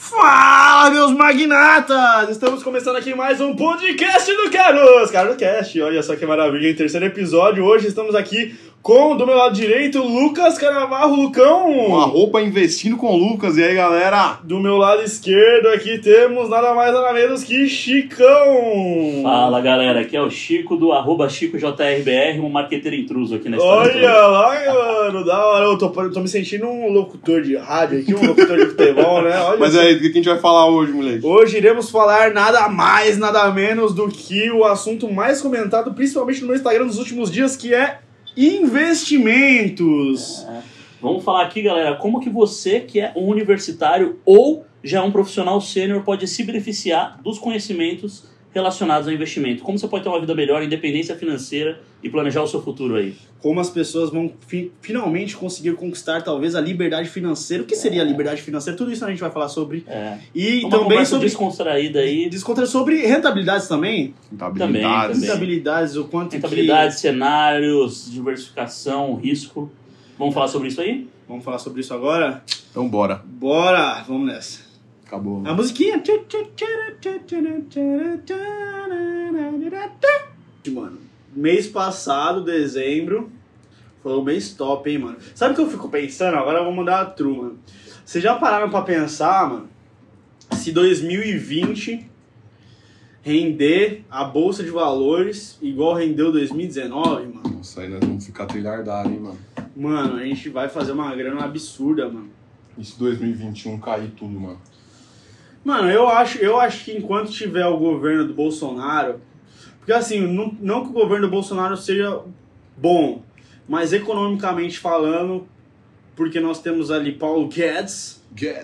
Fala, meus magnatas! Estamos começando aqui mais um podcast do Carlos Olha só que maravilha, em terceiro episódio. Hoje estamos aqui com, do meu lado direito, Lucas Canavarro, Lucão. Uma roupa investindo com o Lucas. E aí, galera? Do meu lado esquerdo aqui temos nada mais nada menos que Chicão. Fala, galera. Aqui é o Chico do @ChicoJRBR, um marqueteiro intruso aqui na história. Olha lá, mano, da hora. Eu tô me sentindo um locutor de rádio aqui, um locutor de futebol, né? Olha. Mas aí, do que a gente vai falar hoje, moleque? Hoje iremos falar nada mais, nada menos do que o assunto mais comentado, principalmente no meu Instagram nos últimos dias, que é investimentos. Vamos falar aqui, galera, como que você, que é um universitário ou já é um profissional sênior, pode se beneficiar dos conhecimentos relacionados ao investimento. Como você pode ter uma vida melhor, independência financeira e planejar o seu futuro aí. Como as pessoas vão finalmente conseguir conquistar talvez a liberdade financeira. O que seria a liberdade financeira? Tudo isso a gente vai falar sobre. E uma também sobre descontraída aí. Sobre rentabilidades também. Também. Rentabilidades, o quanto rentabilidade, cenários, diversificação, risco. Vamos falar sobre isso aí? Vamos falar sobre isso agora? Então bora. Bora, vamos nessa. Acabou. A musiquinha. Mano, mês passado, dezembro, foi um mês top, hein, mano. Sabe o que eu fico pensando? Agora eu vou mandar a true, mano. Vocês já pararam pra pensar, mano, se 2020 render a Bolsa de Valores igual rendeu 2019, mano? Nossa, aí nós vamos ficar trilhardados, hein, mano. Mano, a gente vai fazer uma grana absurda, mano. E se 2021 cair tudo, mano? Mano, eu acho que enquanto tiver o governo do Bolsonaro... Porque assim, não que o governo do Bolsonaro seja bom, mas economicamente falando, porque nós temos ali Paulo Guedes,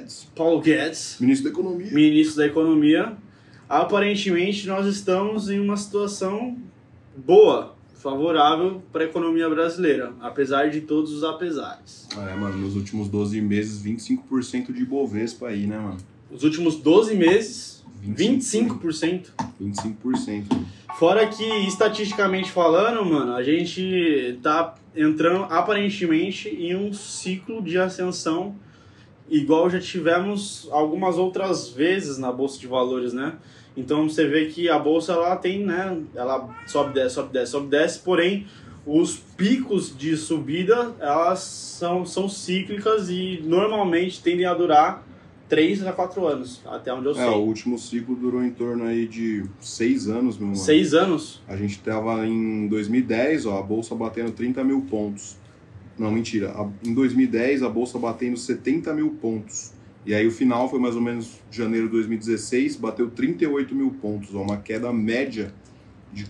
Ministro da Economia, aparentemente nós estamos em uma situação boa, favorável para a economia brasileira, apesar de todos os apesares. Mano, nos últimos 12 meses, 25% de Ibovespa aí, né, mano? Os últimos 12 meses, 25%. 25%. Fora que, estatisticamente falando, mano, a gente tá entrando aparentemente em um ciclo de ascensão igual já tivemos algumas outras vezes na Bolsa de Valores, né? Então você vê que a Bolsa, ela tem, né? Ela sobe, desce, porém os picos de subida, elas são cíclicas e normalmente tendem a durar 3 a 4 anos, até onde eu sei. O último ciclo durou em torno aí de 6 anos, meu mano. 6 anos? A gente tava em 2010, a Bolsa batendo 30 mil pontos. Não, mentira. Em 2010, a Bolsa batendo 70 mil pontos. E aí o final foi mais ou menos janeiro de 2016, bateu 38 mil pontos. Uma queda média de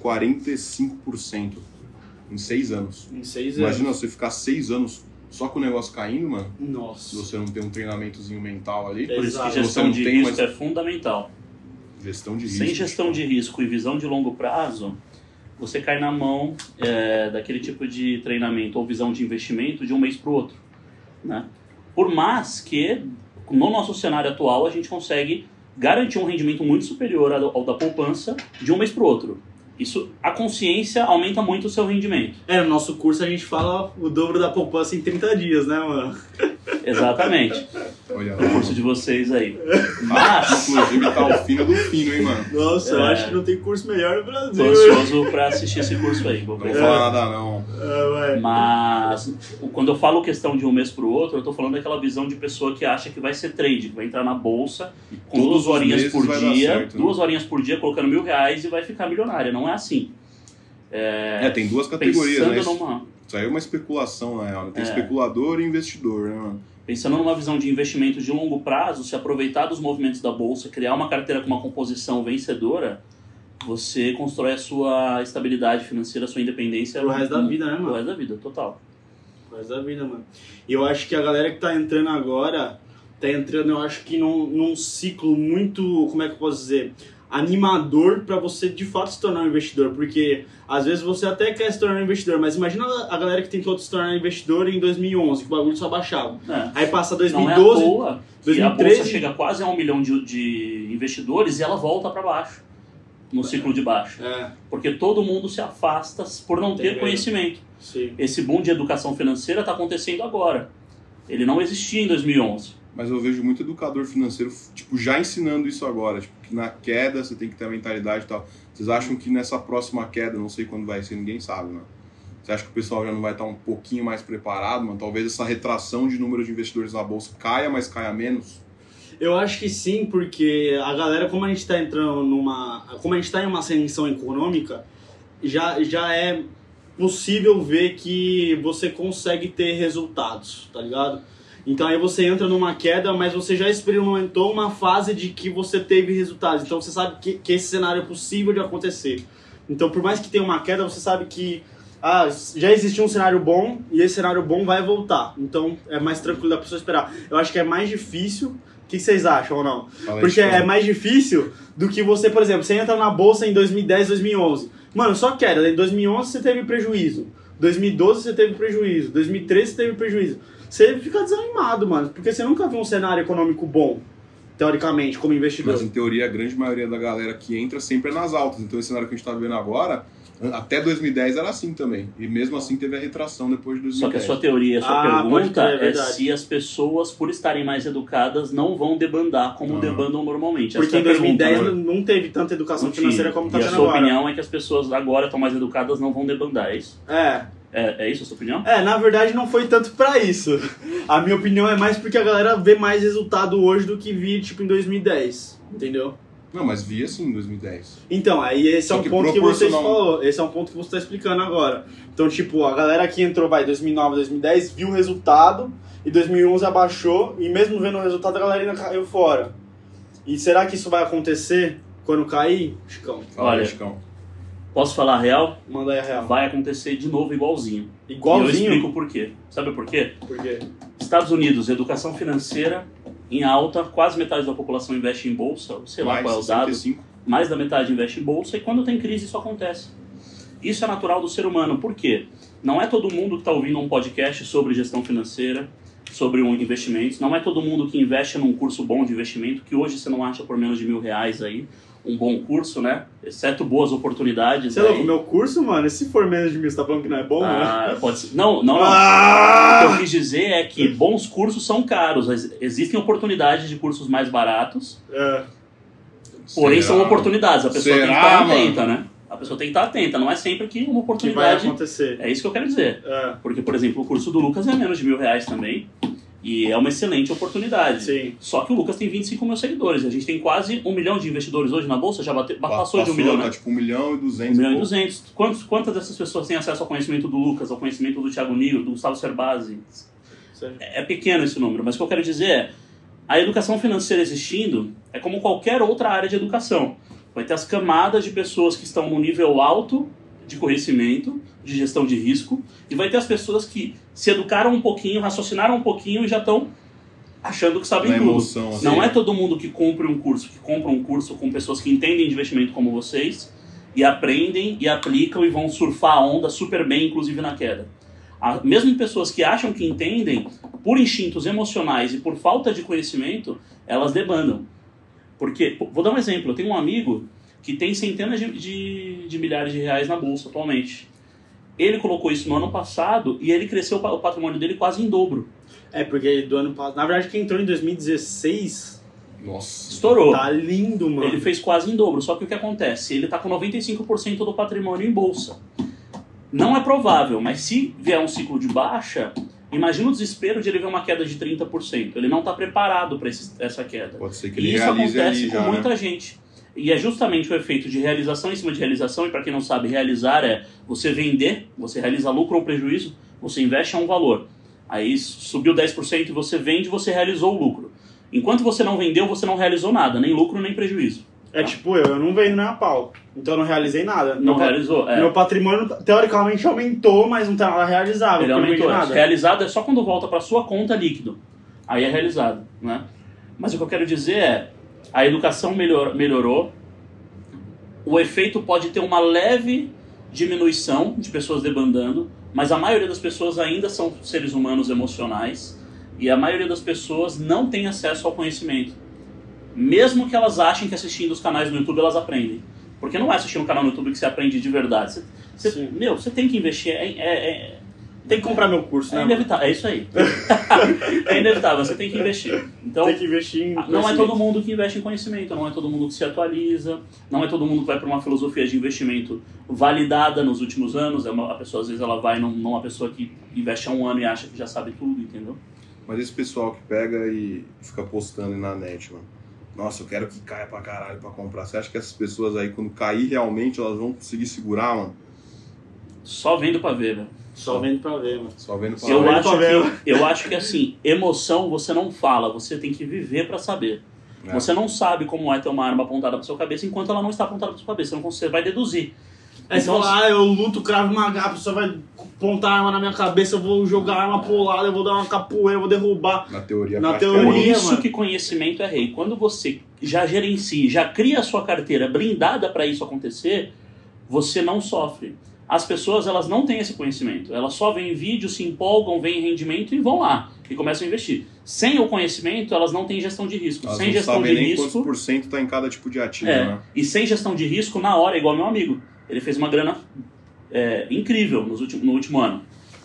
45% em 6 anos. Em 6 anos. Imagina você ficar 6 anos só com o negócio caindo, mano. Nossa. Se você não tem um treinamentozinho mental ali. Por isso que Exato. gestão de risco é fundamental. Gestão de risco. Sem gestão de risco e visão de longo prazo, você cai na mão daquele tipo de treinamento ou visão de investimento de um mês para o outro, né? Por mais que, no nosso cenário atual, a gente consegue garantir um rendimento muito superior ao da poupança de um mês para o outro. Isso, a consciência aumenta muito o seu rendimento. No nosso curso a gente fala o dobro da poupança em 30 dias, né, mano? Exatamente. Olha O curso de vocês aí. Mas... Inclusive tá o fino do fino, hein, mano? Nossa, eu acho que não tem curso melhor no Brasil. Tô ansioso pra assistir esse curso aí. Não vou falar nada, não. Mas quando eu falo questão de um mês pro outro, eu tô falando daquela visão de pessoa que acha que vai ser trade, que vai entrar na bolsa com Todos 2 horinhas os por meses vai dia, dar certo, né? 2 horinhas por dia colocando R$1.000 e vai ficar milionária. Não é assim. Tem duas categorias, né? Pensando numa... Isso aí é uma especulação, na real. Tem especulador e investidor, né, mano? Pensando numa visão de investimento de longo prazo, se aproveitar dos movimentos da bolsa, criar uma carteira com uma composição vencedora, você constrói a sua estabilidade financeira, a sua independência Pro resto da vida, né, mano? Pro resto da vida, total. Pro resto da vida, mano. E eu acho que a galera que tá entrando agora, tá entrando, eu acho que num ciclo muito, como é que eu posso dizer, animador pra você de fato se tornar um investidor, porque às vezes você até quer se tornar um investidor, mas imagina a galera que tentou se tornar investidor em 2011, que o bagulho só baixava. Aí passa 2012, não é à toa 2013... que a bolsa chega quase a 1 milhão de investidores e ela volta pra baixo, no ciclo de baixo. Porque todo mundo se afasta por não ter conhecimento. Sim. Esse boom de educação financeira está acontecendo agora. Ele não existia em 2011. Mas eu vejo muito educador financeiro, tipo, já ensinando isso agora. Tipo, que na queda você tem que ter a mentalidade e tal. Vocês acham que nessa próxima queda, não sei quando vai ser, ninguém sabe, né? Você acha que o pessoal já não vai estar um pouquinho mais preparado, mano? Talvez essa retração de número de investidores na bolsa caia, mas caia menos? Eu acho que sim, porque a galera, como a gente tá entrando como a gente tá em uma ascensão econômica, já é possível ver que você consegue ter resultados, tá ligado? Então aí você entra numa queda, mas você já experimentou uma fase de que você teve resultados. Então você sabe que esse cenário é possível de acontecer. Então por mais que tenha uma queda, você sabe que já existiu um cenário bom e esse cenário bom vai voltar. Então é mais tranquilo da pessoa esperar. Eu acho que é mais difícil. O que vocês acham ou não? Porque é mais difícil do que você, por exemplo, você entra na bolsa em 2010, 2011. Mano, só queda. Em 2011 você teve prejuízo. 2012 você teve prejuízo. 2013 você teve prejuízo. Você fica desanimado, mano. Porque você nunca viu um cenário econômico bom, teoricamente, como investidor. Mas em teoria, a grande maioria da galera que entra sempre é nas altas. Então esse cenário que a gente tá vendo agora, até 2010 era assim também. E mesmo assim teve a retração depois de 2010. Só que a sua teoria, a sua pergunta é se as pessoas, por estarem mais educadas, não vão debandar como debandam normalmente. Porque em 2010 não teve tanta educação financeira como está tendo agora. E a sua opinião é que as pessoas agora estão mais educadas, não vão debandar, é isso? É isso a sua opinião? Na verdade não foi tanto pra isso. A minha opinião é mais porque a galera vê mais resultado hoje do que via, tipo, em 2010. Entendeu? Não, mas via sim em 2010. Então, aí esse é um ponto que vocês falou. Esse é um ponto que você está explicando agora. Então, tipo, a galera que entrou, 2009, 2010, viu o resultado, e 2011 abaixou, e mesmo vendo o resultado, a galera ainda caiu fora. E será que isso vai acontecer quando cair, Chicão? Olha, Chicão, posso falar a real? Manda aí a real. Vai acontecer de novo igualzinho. Igualzinho? E eu explico por quê. Sabe por quê? Por quê? Estados Unidos, educação financeira em alta, quase metade da população investe em bolsa, sei lá qual é o dado, mais da metade investe em bolsa, e quando tem crise isso acontece. Isso é natural do ser humano, por quê? Não é todo mundo que está ouvindo um podcast sobre gestão financeira, sobre investimentos, não é todo mundo que investe num curso bom de investimento, que hoje você não acha por menos de R$1.000 aí, um bom curso, né? Exceto boas oportunidades. Você louco, meu curso, mano, se for menos de 1.000, você tá falando que não é bom, né? Pode ser. Não. O que eu quis dizer é que bons cursos são caros. Existem oportunidades de cursos mais baratos. Porém, são oportunidades. A pessoa tem que estar atenta, né? A pessoa tem que estar atenta. Não é sempre que uma oportunidade... Que vai acontecer. É isso que eu quero dizer. Porque, por exemplo, o curso do Lucas é menos de R$1.000 também. E é uma excelente oportunidade. Sim. Só que o Lucas tem 25 mil seguidores. A gente tem quase 1 milhão de investidores hoje na Bolsa. Já passou de 1 milhão, né? Tá tipo 1.200.000. 1 milhão e 200. Quantas dessas pessoas têm acesso ao conhecimento do Lucas, ao conhecimento do Thiago Nigro, do Gustavo Cerbasi? É pequeno esse número. Mas o que eu quero dizer é, a educação financeira existindo é como qualquer outra área de educação. Vai ter as camadas de pessoas que estão no nível alto de conhecimento, de gestão de risco, e vai ter as pessoas que se educaram um pouquinho, raciocinaram um pouquinho e já estão achando que sabem tudo. Emoção, assim. Não é todo mundo que compra um curso com pessoas que entendem de investimento como vocês, e aprendem e aplicam e vão surfar a onda super bem, inclusive na queda. Mesmo pessoas que acham que entendem, por instintos emocionais e por falta de conhecimento, elas debandam. Porque, vou dar um exemplo, eu tenho um amigo que tem centenas de milhares de reais na bolsa atualmente. Ele colocou isso no ano passado e ele cresceu o patrimônio dele quase em dobro. Porque do ano passado... Na verdade, quem entrou em 2016... Nossa. Estourou. Tá lindo, mano. Ele fez quase em dobro. Só que o que acontece? Ele tá com 95% do patrimônio em bolsa. Não é provável, mas se vier um ciclo de baixa, imagina o desespero de ele ver uma queda de 30%. Ele não tá preparado para essa queda. Pode ser que ele e isso realize acontece ali com já, muita né? gente. E é justamente o efeito de realização em cima de realização, e para quem não sabe, realizar é você vender, você realiza lucro ou prejuízo, você investe a um valor. Aí subiu 10% e você vende, você realizou o lucro. Enquanto você não vendeu, você não realizou nada, nem lucro nem prejuízo. É tipo eu não vendo nem a pau, então eu não realizei nada. Não realizou, Meu patrimônio, teoricamente, aumentou, mas não tem nada realizável. Ele aumentou, nada. Realizado é só quando volta para sua conta líquido. Aí é realizado, né? Mas o que eu quero dizer é, a educação melhorou, o efeito pode ter uma leve diminuição de pessoas debandando, mas a maioria das pessoas ainda são seres humanos emocionais e a maioria das pessoas não tem acesso ao conhecimento. Mesmo que elas achem que assistindo os canais no YouTube elas aprendem. Porque não é assistindo um canal no YouTube que você aprende de verdade. Você tem que investir. Tem que comprar meu curso, né? É inevitável, é isso aí. É inevitável, você tem que investir. Então, Tem que investir em não é todo mundo que investe em conhecimento, não é todo mundo que se atualiza, não é todo mundo que vai para uma filosofia de investimento validada nos últimos anos. A pessoa, às vezes, ela vai numa pessoa que investe há um ano e acha que já sabe tudo, entendeu? Mas esse pessoal que pega e fica postando na net, mano. Nossa, eu quero que caia pra caralho pra comprar. Você acha que essas pessoas aí, quando cair realmente, elas vão conseguir segurar, mano? Só vendo pra ver, velho. Só vendo pra ver, mano. Só vendo pra Eu acho que assim, emoção você não fala, você tem que viver pra saber. É. Você não sabe como é ter uma arma apontada pra sua cabeça enquanto ela não está apontada pra sua cabeça. Você vai deduzir. Aí você fala, eu luto, cravo Maga, a pessoa vai apontar a arma na minha cabeça, eu vou jogar a arma pro lado, eu vou dar uma capoeira, eu vou derrubar. Na teoria, Na prática, teoria, Por isso mano. que conhecimento é rei. Quando você já gerencia, já cria a sua carteira blindada para isso acontecer, você não sofre. As pessoas, elas não têm esse conhecimento. Elas só veem vídeo, se empolgam, veem rendimento e vão lá. E começam a investir. Sem o conhecimento, elas não têm gestão de risco. Elas sem não gestão sabem de nem risco. quantos por cento tá em cada tipo de ativo, né? E sem gestão de risco, na hora, igual meu amigo. Ele fez uma grana incrível no último ano.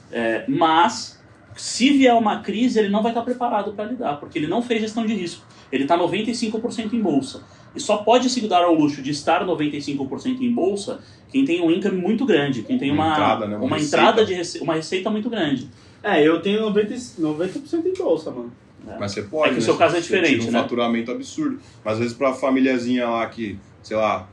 Mas, se vier uma crise, ele não vai estar preparado para lidar, porque ele não fez gestão de risco. Ele está 95% em bolsa. E só pode se dar ao luxo de estar 95% em bolsa quem tem um income muito grande, quem tem uma entrada, né? Uma entrada receita. uma receita muito grande. Eu tenho 90% em bolsa, mano. Mas você pode, É que o né? seu caso é Você diferente, tira um né? faturamento absurdo. Mas às vezes pra famíliazinha lá que, sei lá,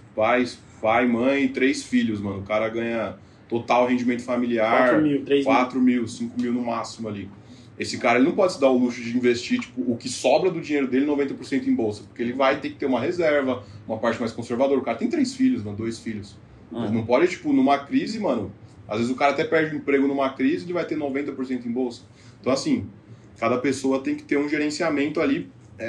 pai, mãe e 3 filhos, mano. O cara ganha total rendimento familiar 4 mil, 3 mil. 4 mil, 5 mil no máximo ali. Esse cara ele não pode se dar o luxo de investir tipo, o que sobra do dinheiro dele 90% em bolsa, porque ele vai ter que ter uma reserva, uma parte mais conservadora. O cara tem 3 filhos, mano, 2 filhos. Ele não pode, tipo, numa crise, mano, às vezes o cara até perde o emprego numa crise e vai ter 90% em bolsa. Então, assim, cada pessoa tem que ter um gerenciamento ali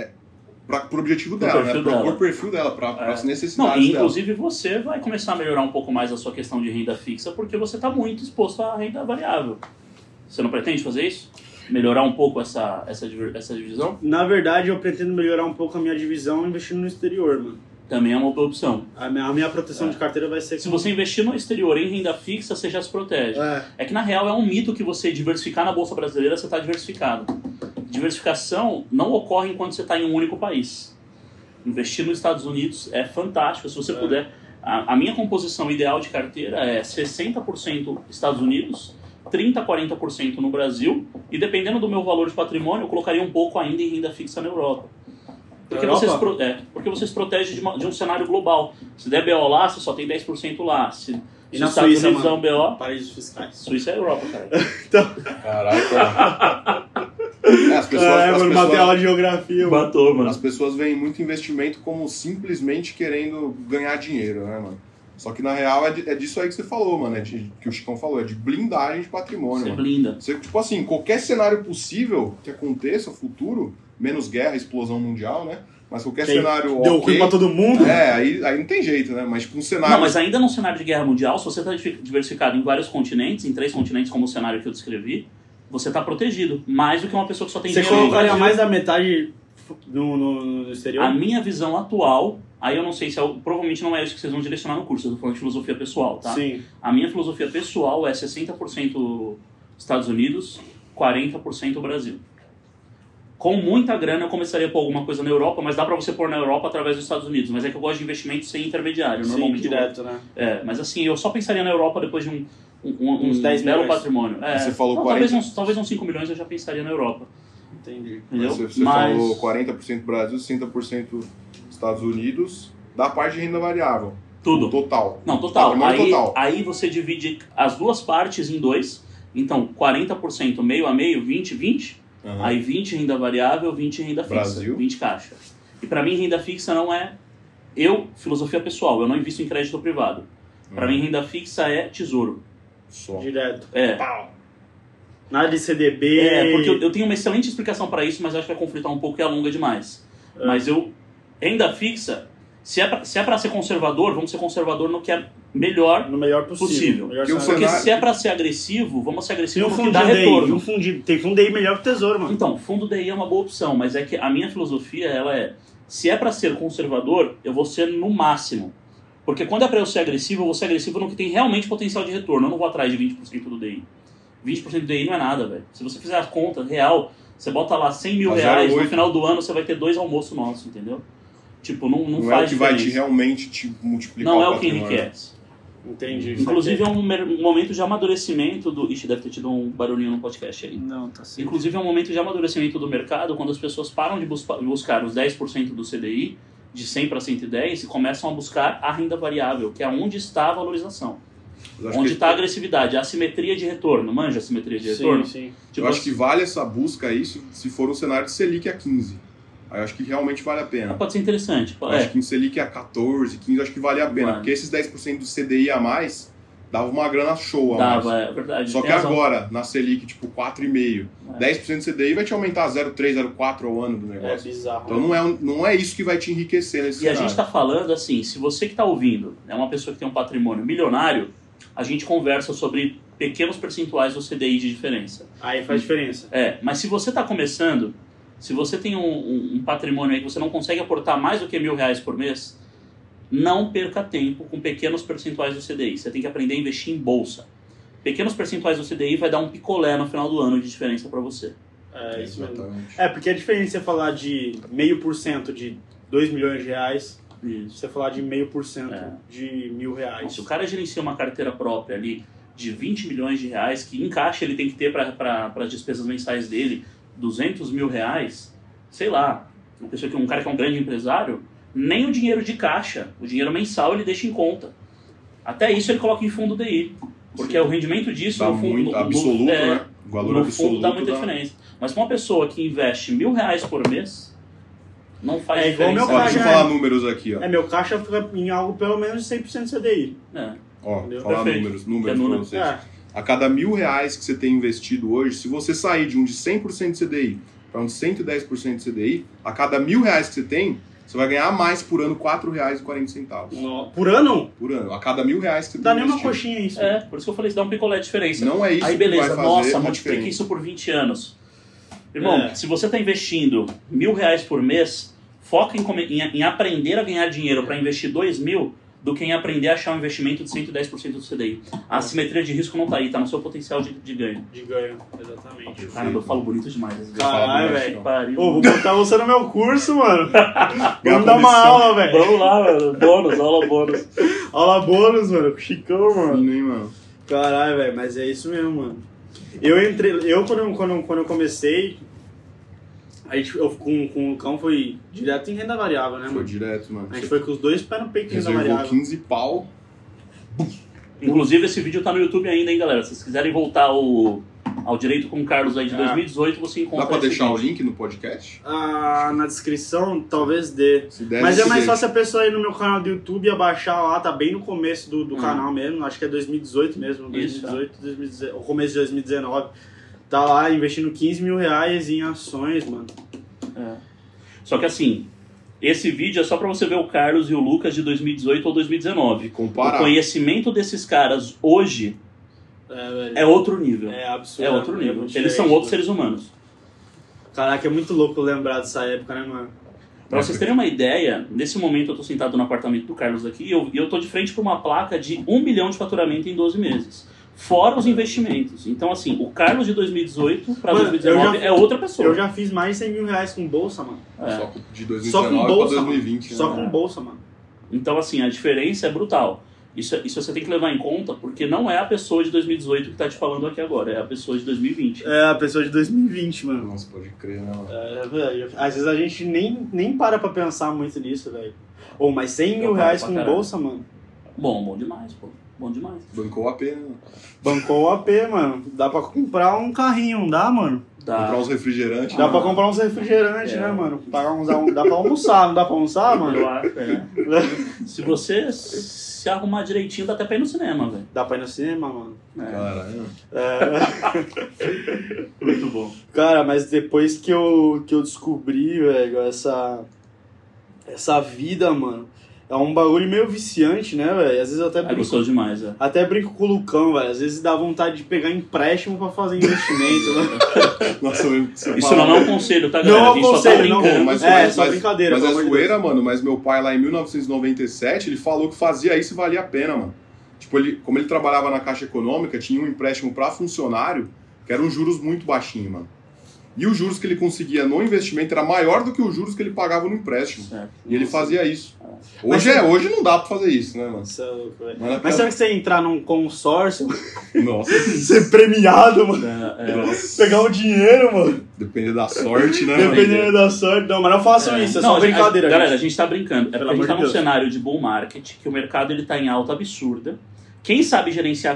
pro objetivo dela, né? Pro perfil dela, pra as necessidades Não, e dela. inclusive você vai começar a melhorar um pouco mais a sua questão de renda fixa, porque você está muito exposto à renda variável. Você não pretende fazer isso? Melhorar um pouco essa divisão? Na verdade, eu pretendo melhorar um pouco a minha divisão investindo no exterior, mano. Também é uma boa opção. A minha proteção de carteira vai ser... Se você investir no exterior em renda fixa, você já se protege. É que na real é um mito que você diversificar na Bolsa Brasileira, você está diversificado. Diversificação não ocorre enquanto você está em um único país. Investir nos Estados Unidos é fantástico, se você puder. A minha composição ideal de carteira é 60% Estados Unidos, 30% a 40% no Brasil, e dependendo do meu valor de patrimônio, eu colocaria um pouco ainda em renda fixa na Europa. Porque você se protege de um cenário global. Se der BO lá, você só tem 10% lá. Se na os Estados Suíça, Unidos dão BO... Paraísos fiscais. Suíça é Europa, cara. Caraca. As Mano, matei aula de geografia, mano. Matou, mano. As pessoas veem muito investimento como simplesmente querendo ganhar dinheiro, né, mano? Só que na real é disso aí que você falou, mano. Que o Chicão falou, é de blindagem de patrimônio. Você mano. blinda. Você, tipo assim, qualquer cenário possível que aconteça, futuro, menos guerra, explosão mundial, né? Mas qualquer cenário Deu ruim pra todo mundo. Aí não tem jeito, né? Mas tipo um cenário... Não, mas ainda num cenário de guerra mundial, se você está diversificado em vários continentes, em 3 continentes como o cenário que eu descrevi, você está protegido. Mais do que uma pessoa que só tem Você dinheiro no colocaria Brasil. mais da metade no exterior? A minha visão atual, aí eu não sei se provavelmente não é isso que vocês vão direcionar no curso, eu tô falando de filosofia pessoal, tá? Sim. A minha filosofia pessoal é 60% Estados Unidos, 40% Brasil. Com muita grana eu começaria por alguma coisa na Europa, mas dá pra você pôr na Europa através dos Estados Unidos. Mas é que eu gosto de investimento sem intermediário, Sim, normalmente. direto, né? Mas assim, eu só pensaria na Europa depois de Uns 10 belo milhões. patrimônio. Você falou não, 40. talvez uns 5 milhões eu já pensaria na Europa. Entendi. Entendeu? Você falou 40% Brasil, 60% Estados Unidos, da parte de renda variável. Tudo. Total. Não, total. Patrimônio total. Aí você divide as duas partes em 2. Então, 40% meio a meio, 20. Uhum. Aí 20 renda variável, 20 renda fixa. Brasil. 20 caixa. E pra mim, renda fixa não é... filosofia pessoal, eu não invisto em crédito privado. Pra mim, renda fixa é tesouro. Só. Direto. Pau. Nada de CDB. Porque eu tenho uma excelente explicação pra isso, mas acho que vai conflitar um pouco e é longa demais. Mas renda fixa, se é pra ser conservador, vamos ser conservador no que é melhor No melhor possível. Melhor Que o cenário. Porque cenário- se é pra ser agressivo, vamos ser Tem agressivo um no que fundo dá DI. retorno. Tem fundo DI melhor que o tesouro, mano. Então, fundo DI é uma boa opção, mas é que a minha filosofia, ela é, se é pra ser conservador, eu vou ser no máximo. Porque quando é pra eu ser agressivo, eu vou ser agressivo no que tem realmente potencial de retorno. Eu não vou atrás de 20% do DI. 20% do DI não é nada, velho. Se você fizer a conta real, você bota lá 100 mil Tá reais, 0,8. no final do ano você vai ter 2 almoços nossos, entendeu? Tipo, não Não faz é o que vai diferença. realmente te multiplicar Não o é o que patrimônio. enriquece. Entendi. Inclusive é um momento de amadurecimento do... Ixi, deve ter tido um barulhinho no podcast aí. Não, tá certo. Inclusive é um momento de amadurecimento do mercado quando as pessoas param de buscar os 10% do CDI, de 100 para 110, e começam a buscar a renda variável, que é onde está a valorização. Eu acho Onde que- está a agressividade, a assimetria de retorno. Manja a assimetria de retorno? Sim. Tipo, Eu acho que vale essa busca aí se for um cenário de Selic a 15. Aí eu acho que realmente vale a pena. pode ser interessante. Eu acho que em Selic a 14, 15, eu acho que vale a pena. Vale. Porque esses 10% do CDI a mais dava uma grana show a Dava, mais. é verdade. Só tem que razão. agora, na Selic, tipo 4,5, É. 10% do CDI vai te aumentar 0,3, 0,4 ao ano do É negócio. bizarro. Então não é isso que vai te enriquecer nesse E a cenário. gente está falando assim, se você que está ouvindo é uma pessoa que tem um patrimônio milionário, a gente conversa sobre pequenos percentuais do CDI de diferença. Aí faz diferença. Mas se você está começando, se você tem um patrimônio aí que você não consegue aportar mais do que R$1.000 por mês, não perca tempo com pequenos percentuais do CDI. Você tem que aprender a investir em bolsa. Pequenos percentuais do CDI vai dar um picolé no final do ano de diferença para você. É isso mesmo. Exatamente. É, porque é diferente você falar de 0,5% de 2 milhões de reais, Isso. você falar de 0,5% É. de R$1.000. Então, se o cara gerencia uma carteira própria ali de 20 milhões de reais, que em caixa ele tem que ter para as despesas mensais dele, 200 mil reais, sei lá, um cara que é um grande empresário, nem o dinheiro de caixa, o dinheiro mensal ele deixa em conta. Até isso ele coloca em fundo DI, porque o rendimento disso Dá no fundo, muito absoluto, né? O valor no absoluto fundo dá muita diferença. Mas para uma pessoa que investe R$1.000 por mês, não faz É igual diferença. meu Ó, deixa eu Caixa, falar números aqui, ó. Meu caixa fica em algo pelo menos de 100% CDI. É. Ó, Entendeu? falar Perfeito. números Que é pra número. vocês. É. A cada R$1.000 que você tem investido hoje, se você sair de um de 100% de CDI para um de 110% de CDI, a cada R$1.000 que você tem, você vai ganhar mais por ano R$4,40 Por ano? por ano. A cada R$1.000 que você Dá tem nem uma investido. coxinha isso. Por isso que eu falei, isso dá um picolé de diferença. Não é isso Aí que beleza, vai fazer nossa, a multiplique diferença. isso por 20 anos. Irmão, se você está investindo R$1.000 por mês, foca em aprender a ganhar dinheiro para investir 2.000 do que em aprender a achar um investimento de 110% do CDI. A assimetria de risco não tá aí, tá no seu potencial de ganho. De ganho, exatamente. Caramba, eu falo bonito demais. às vezes. Caralho, Fala, velho. Que pariu. Pô, vou botar você no meu curso, mano. Vamos dar uma comissão. aula, velho. Vamos lá, mano. Bônus, aula bônus. Aula bônus, mano. Chicão, mano. Fino, hein, mano? Caralho, velho, mas é isso mesmo, mano. Eu quando eu comecei, eu com o Cão foi direto em renda variável, né, Foi mano? direto, mano. A gente foi com os dois pés no peito em renda Reservou variável. 15 pau. Inclusive, esse vídeo tá no YouTube ainda, hein, galera. Se vocês quiserem voltar ao Direito com o Carlos aí de 2018, você encontra Dá pra esse deixar o vídeo. link no podcast? Ah, na descrição, talvez dê. Se der, Mas é se mais deixa. fácil a pessoa ir no meu canal do YouTube e abaixar lá, tá bem no começo do canal mesmo, acho que é 2018 mesmo, Isso, 2018, o começo de 2019. Tá lá investindo R$15 mil em ações, mano. Só que assim, esse vídeo é só pra você ver o Carlos e o Lucas de 2018 ou 2019. E O comparar. conhecimento desses caras hoje Velho. é outro nível. É absurdo. É outro nível. muito Eles são diferente, outros mano. seres humanos. Caraca, é muito louco lembrar dessa época, né, mano? Pra vocês terem uma ideia, nesse momento eu tô sentado no apartamento do Carlos aqui e eu tô de frente pra uma placa de 1 bilhão de faturamento em 12 meses. Fora os investimentos. Então, assim, o Carlos de 2018 pra Mano, 2019 é outra pessoa. Eu já fiz mais de 100 mil com bolsa, mano. Só de Só 2019 com bolsa, pra mano. 2020. Só né? com bolsa, mano. Então, assim, a diferença é brutal. Isso você tem que levar em conta, porque não é a pessoa de 2018 que tá te falando aqui agora, é a pessoa de 2020. É, a pessoa de 2020, mano. Nossa, pode crer, né, mano? É, velho. Às vezes a gente nem para pra pensar muito nisso, velho. Ou, mas 100 mil Eu paro pra com caralho. bolsa, mano. Bom demais, pô. Bom demais. Bancou a pena, né? Bancou o AP, mano. Dá pra comprar um carrinho, não dá, mano? Dá. Comprar uns refrigerantes. Dá pra comprar uns refrigerantes, né, mano? Pagar dá pra almoçar, não dá pra almoçar, mano? Eu acho, Se você se arrumar direitinho, dá até pra ir no cinema, velho. Dá pra ir no cinema, mano? Caralho. Muito bom. Cara, mas depois que eu descobri, velho, essa vida, mano, é um bagulho meio viciante, né, velho? Às vezes eu até É brinco, gostoso demais, até brinco com o Lucão, velho. Às vezes dá vontade de pegar empréstimo pra fazer investimento, né? Nossa, eu lembro que você Isso falava. não é um conselho, tá, Não galera? é um A gente só tá conselho, não. brincando. Mas, É, só brincadeira, Mas é pelo amor de zoeira, mano. Mas meu pai lá em 1997, ele falou que fazia isso e valia a pena, mano. Tipo, como ele trabalhava na Caixa Econômica, tinha um empréstimo para funcionário que eram juros muito baixinhos, mano. E os juros que ele conseguia no investimento era maior do que os juros que ele pagava no empréstimo. Certo. E ele fazia isso. Hoje não dá pra fazer isso, né, mano? Mas será que você entrar num consórcio, nossa, ser premiado, mano? Pegar o dinheiro, mano? Depende da sorte, né? Dependendo da sorte. Não, mas não façam isso, é só brincadeira. Galera, a gente tá brincando. É porque a gente tá num cenário de bull market, que o mercado ele tá em alta absurda. Quem sabe gerenciar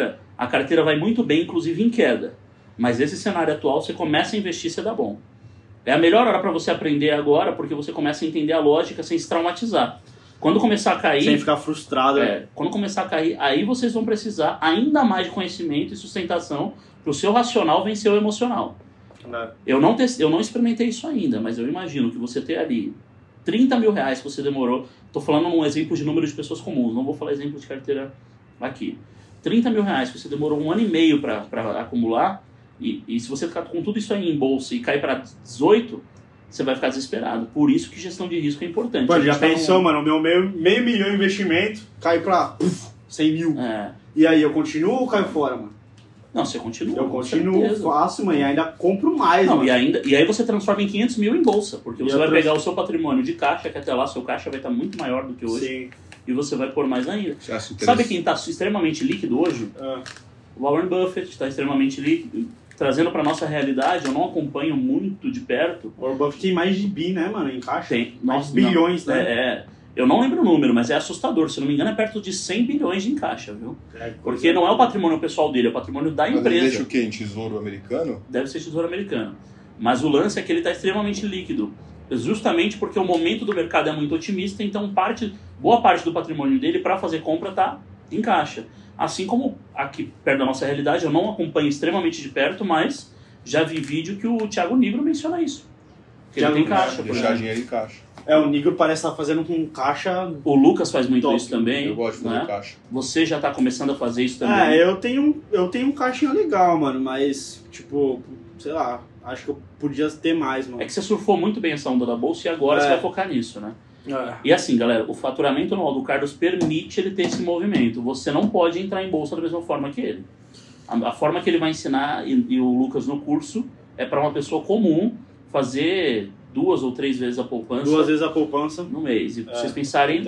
a carteira vai muito bem, inclusive em queda. Mas esse cenário atual, você começa a investir, você dá bom. É a melhor hora para você aprender agora, porque você começa a entender a lógica sem se traumatizar. Quando começar a cair... Sem ficar frustrado. Quando começar a cair, aí vocês vão precisar ainda mais de conhecimento e sustentação para o seu racional vencer o emocional. Eu não experimentei isso ainda, mas eu imagino que você ter ali 30 mil reais que você demorou... Estou falando um exemplo de número de pessoas comuns, não vou falar exemplo de carteira aqui. 30 mil reais que você demorou 1 ano e meio para acumular... E se você ficar com tudo isso aí em bolsa e cair para 18, você vai ficar desesperado. Por isso que gestão de risco é importante. Pô, já pensou, mano, o meu meio milhão de investimento cai para 100 mil. E aí, eu continuo ou caio fora, mano? Não, você continua. Eu continuo, faço, mano, e ainda compro mais, mano. E aí você transforma em 500 mil em bolsa, porque você vai pegar o seu patrimônio de caixa, que até lá seu caixa vai estar muito maior do que hoje. Sim. E você vai pôr mais ainda. Sabe quem está extremamente líquido hoje? O Warren Buffett está extremamente líquido. Trazendo para nossa realidade, eu não acompanho muito de perto. O Warren Buffett tem mais de bi, né, mano, em caixa? Tem. Mais bilhões, né? Eu não lembro o número, mas é assustador. Se não me engano, é perto de 100 bilhões em caixa, viu? Porque não é o patrimônio pessoal dele, é o patrimônio da empresa. Ele deixa o quê? Em tesouro americano? Deve ser tesouro americano. Mas o lance é que ele está extremamente líquido. Justamente porque o momento do mercado é muito otimista, então boa parte do patrimônio dele para fazer compra está em caixa. Assim como aqui perto da nossa realidade, eu não acompanho extremamente de perto, mas já vi vídeo que o Thiago Nigro menciona isso. Que ele tem caixa. Deixar dinheiro em caixa. O Nigro parece estar fazendo com caixa... O Lucas faz muito isso também. Eu gosto de fazer caixa. Você já está começando a fazer isso também. Eu tenho um caixinha legal, mano, mas, tipo, sei lá, acho que eu podia ter mais, mano. É que você surfou muito bem essa onda da bolsa e agora você vai focar nisso, né? E assim, galera, o faturamento anual do Carlos permite ele ter esse movimento. Você não pode entrar em bolsa da mesma forma que ele. A forma que ele vai ensinar, e o Lucas no curso, é para uma pessoa comum fazer 2 ou 3 vezes a poupança. 2 vezes a poupança no mês. E vocês pensarem...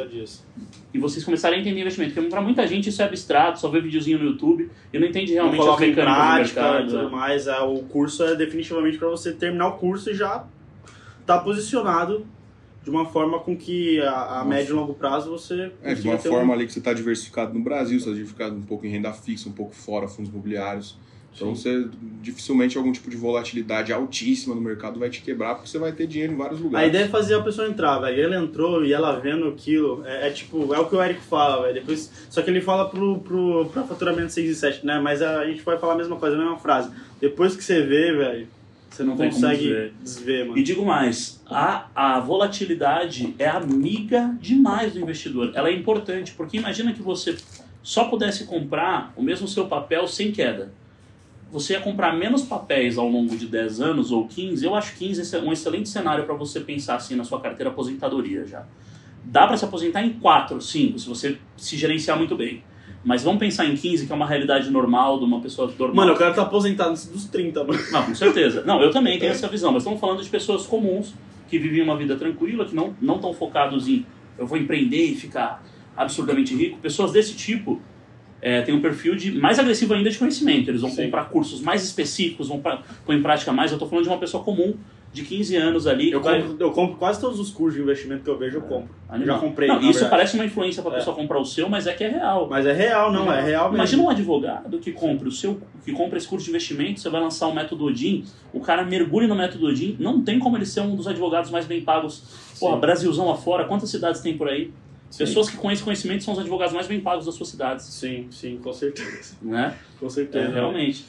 E vocês começarem a entender investimento. Porque para muita gente isso é abstrato, só vê videozinho no YouTube e não entende realmente as mecânicas do mercado. E tudo mais. O curso é definitivamente para você terminar o curso e já tá posicionado de uma forma com que a médio e longo prazo você... de uma forma ali que você está diversificado no Brasil, você está diversificado um pouco em renda fixa, um pouco fora, fundos imobiliários. Então você dificilmente algum tipo de volatilidade altíssima no mercado vai te quebrar, porque você vai ter dinheiro em vários lugares. A ideia é fazer a pessoa entrar, velho. Ele entrou e ela vendo aquilo, é o que o Eric fala, velho. Depois, só que ele fala pra faturamento 6 e 7, né? Mas a gente vai falar a mesma coisa, a mesma frase. Depois que você vê, velho, você não consegue desver, mano. E digo mais, a volatilidade é amiga demais do investidor. Ela é importante, porque imagina que você só pudesse comprar o mesmo seu papel sem queda. Você ia comprar menos papéis ao longo de 10 anos ou 15. Eu acho 15 é um excelente cenário para você pensar assim na sua carteira aposentadoria já. Dá para se aposentar em 4, 5, se você se gerenciar muito bem. Mas vamos pensar em 15, que é uma realidade normal de uma pessoa normal. Mano, eu quero estar aposentado dos 30, mano. Não, com certeza. Não, eu também tenho essa visão. Mas estamos falando de pessoas comuns que vivem uma vida tranquila, que não estão focados em eu vou empreender e ficar absurdamente rico. Pessoas desse tipo têm um perfil mais agressivo ainda de conhecimento. Eles vão comprar cursos mais específicos, vão pôr em prática mais. Eu estou falando de uma pessoa comum de 15 anos ali. Eu compro quase todos os cursos de investimento que eu vejo, eu compro. Já comprei. Não, isso parece uma influência para a pessoa comprar o seu, mas é que é real. Mas é real, não, é real mesmo. Imagina um advogado que compra esse curso de investimento, você vai lançar o método Odin, o cara mergulha no método Odin, não tem como ele ser um dos advogados mais bem pagos. Porra, Brasilzão afora, quantas cidades tem por aí? Sim. Pessoas que com esse conhecimento são os advogados mais bem pagos das suas cidades. Sim, com certeza. Né? Com certeza. Realmente.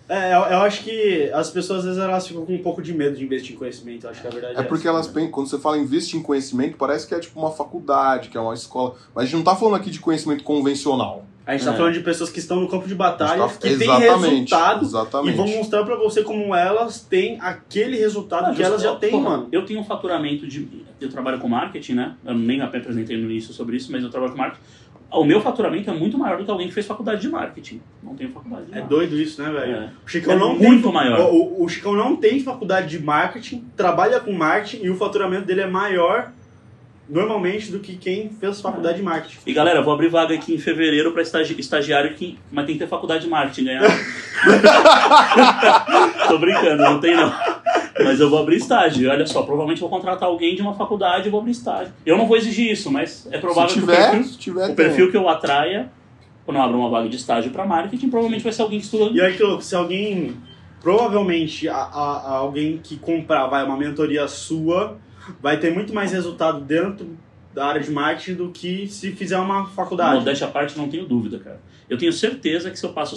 Eu acho que as pessoas, às vezes, elas ficam com um pouco de medo de investir em conhecimento. Eu acho que a verdade é porque essa, elas pensam, quando você fala investir em conhecimento, parece que é tipo uma faculdade, que é uma escola. Mas a gente não tá falando aqui de conhecimento convencional. A gente tá falando de pessoas que estão no campo de batalha, que têm resultado e vão mostrar pra você como elas têm aquele resultado que elas já têm, mano. Eu tenho um faturamento eu trabalho com marketing, né? Eu nem apresentei no início sobre isso, mas eu trabalho com marketing. O meu faturamento é muito maior do que alguém que fez faculdade de marketing. Não tenho faculdade de marketing. É doido isso, né, velho? É. O Chicão não muito tem, maior. O Chicão não tem faculdade de marketing, trabalha com marketing e o faturamento dele é maior normalmente do que quem fez faculdade de marketing. E galera, vou abrir vaga aqui em fevereiro para estagiário, mas tem que ter faculdade de marketing, ganhar. Tô brincando, não tem não. Mas eu vou abrir estágio. Olha só, provavelmente vou contratar alguém de uma faculdade e vou abrir estágio. Eu não vou exigir isso, mas é provável que o perfil que eu atraia, quando eu abro uma vaga de estágio para marketing, provavelmente vai ser alguém que estuda. E aí, se alguém, provavelmente, alguém que comprar uma mentoria sua, vai ter muito mais resultado dentro da área de marketing do que se fizer uma faculdade. Modéstia à parte, não tenho dúvida, cara. Eu tenho certeza que se eu passo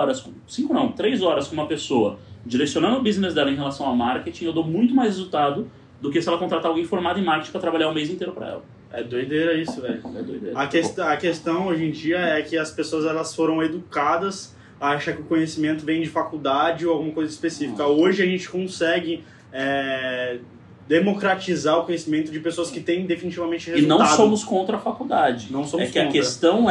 3 horas com uma pessoa direcionando o business dela em relação a marketing, eu dou muito mais resultado do que se ela contratar alguém formado em marketing para trabalhar o mês inteiro para ela. É doideira isso, velho. É doideira. A questão hoje em dia é que as pessoas elas foram educadas a achar que o conhecimento vem de faculdade ou alguma coisa específica. Hoje a gente consegue democratizar o conhecimento de pessoas que têm definitivamente resultado. E não somos contra a faculdade. Não somos contra. A questão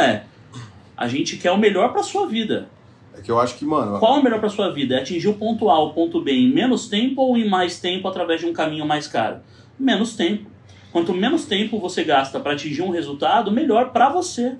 a gente quer o melhor para sua vida. É que eu acho que, mano... Qual é o melhor para sua vida? É atingir o ponto A, o ponto B em menos tempo ou em mais tempo através de um caminho mais caro? Menos tempo. Quanto menos tempo você gasta para atingir um resultado, melhor para você.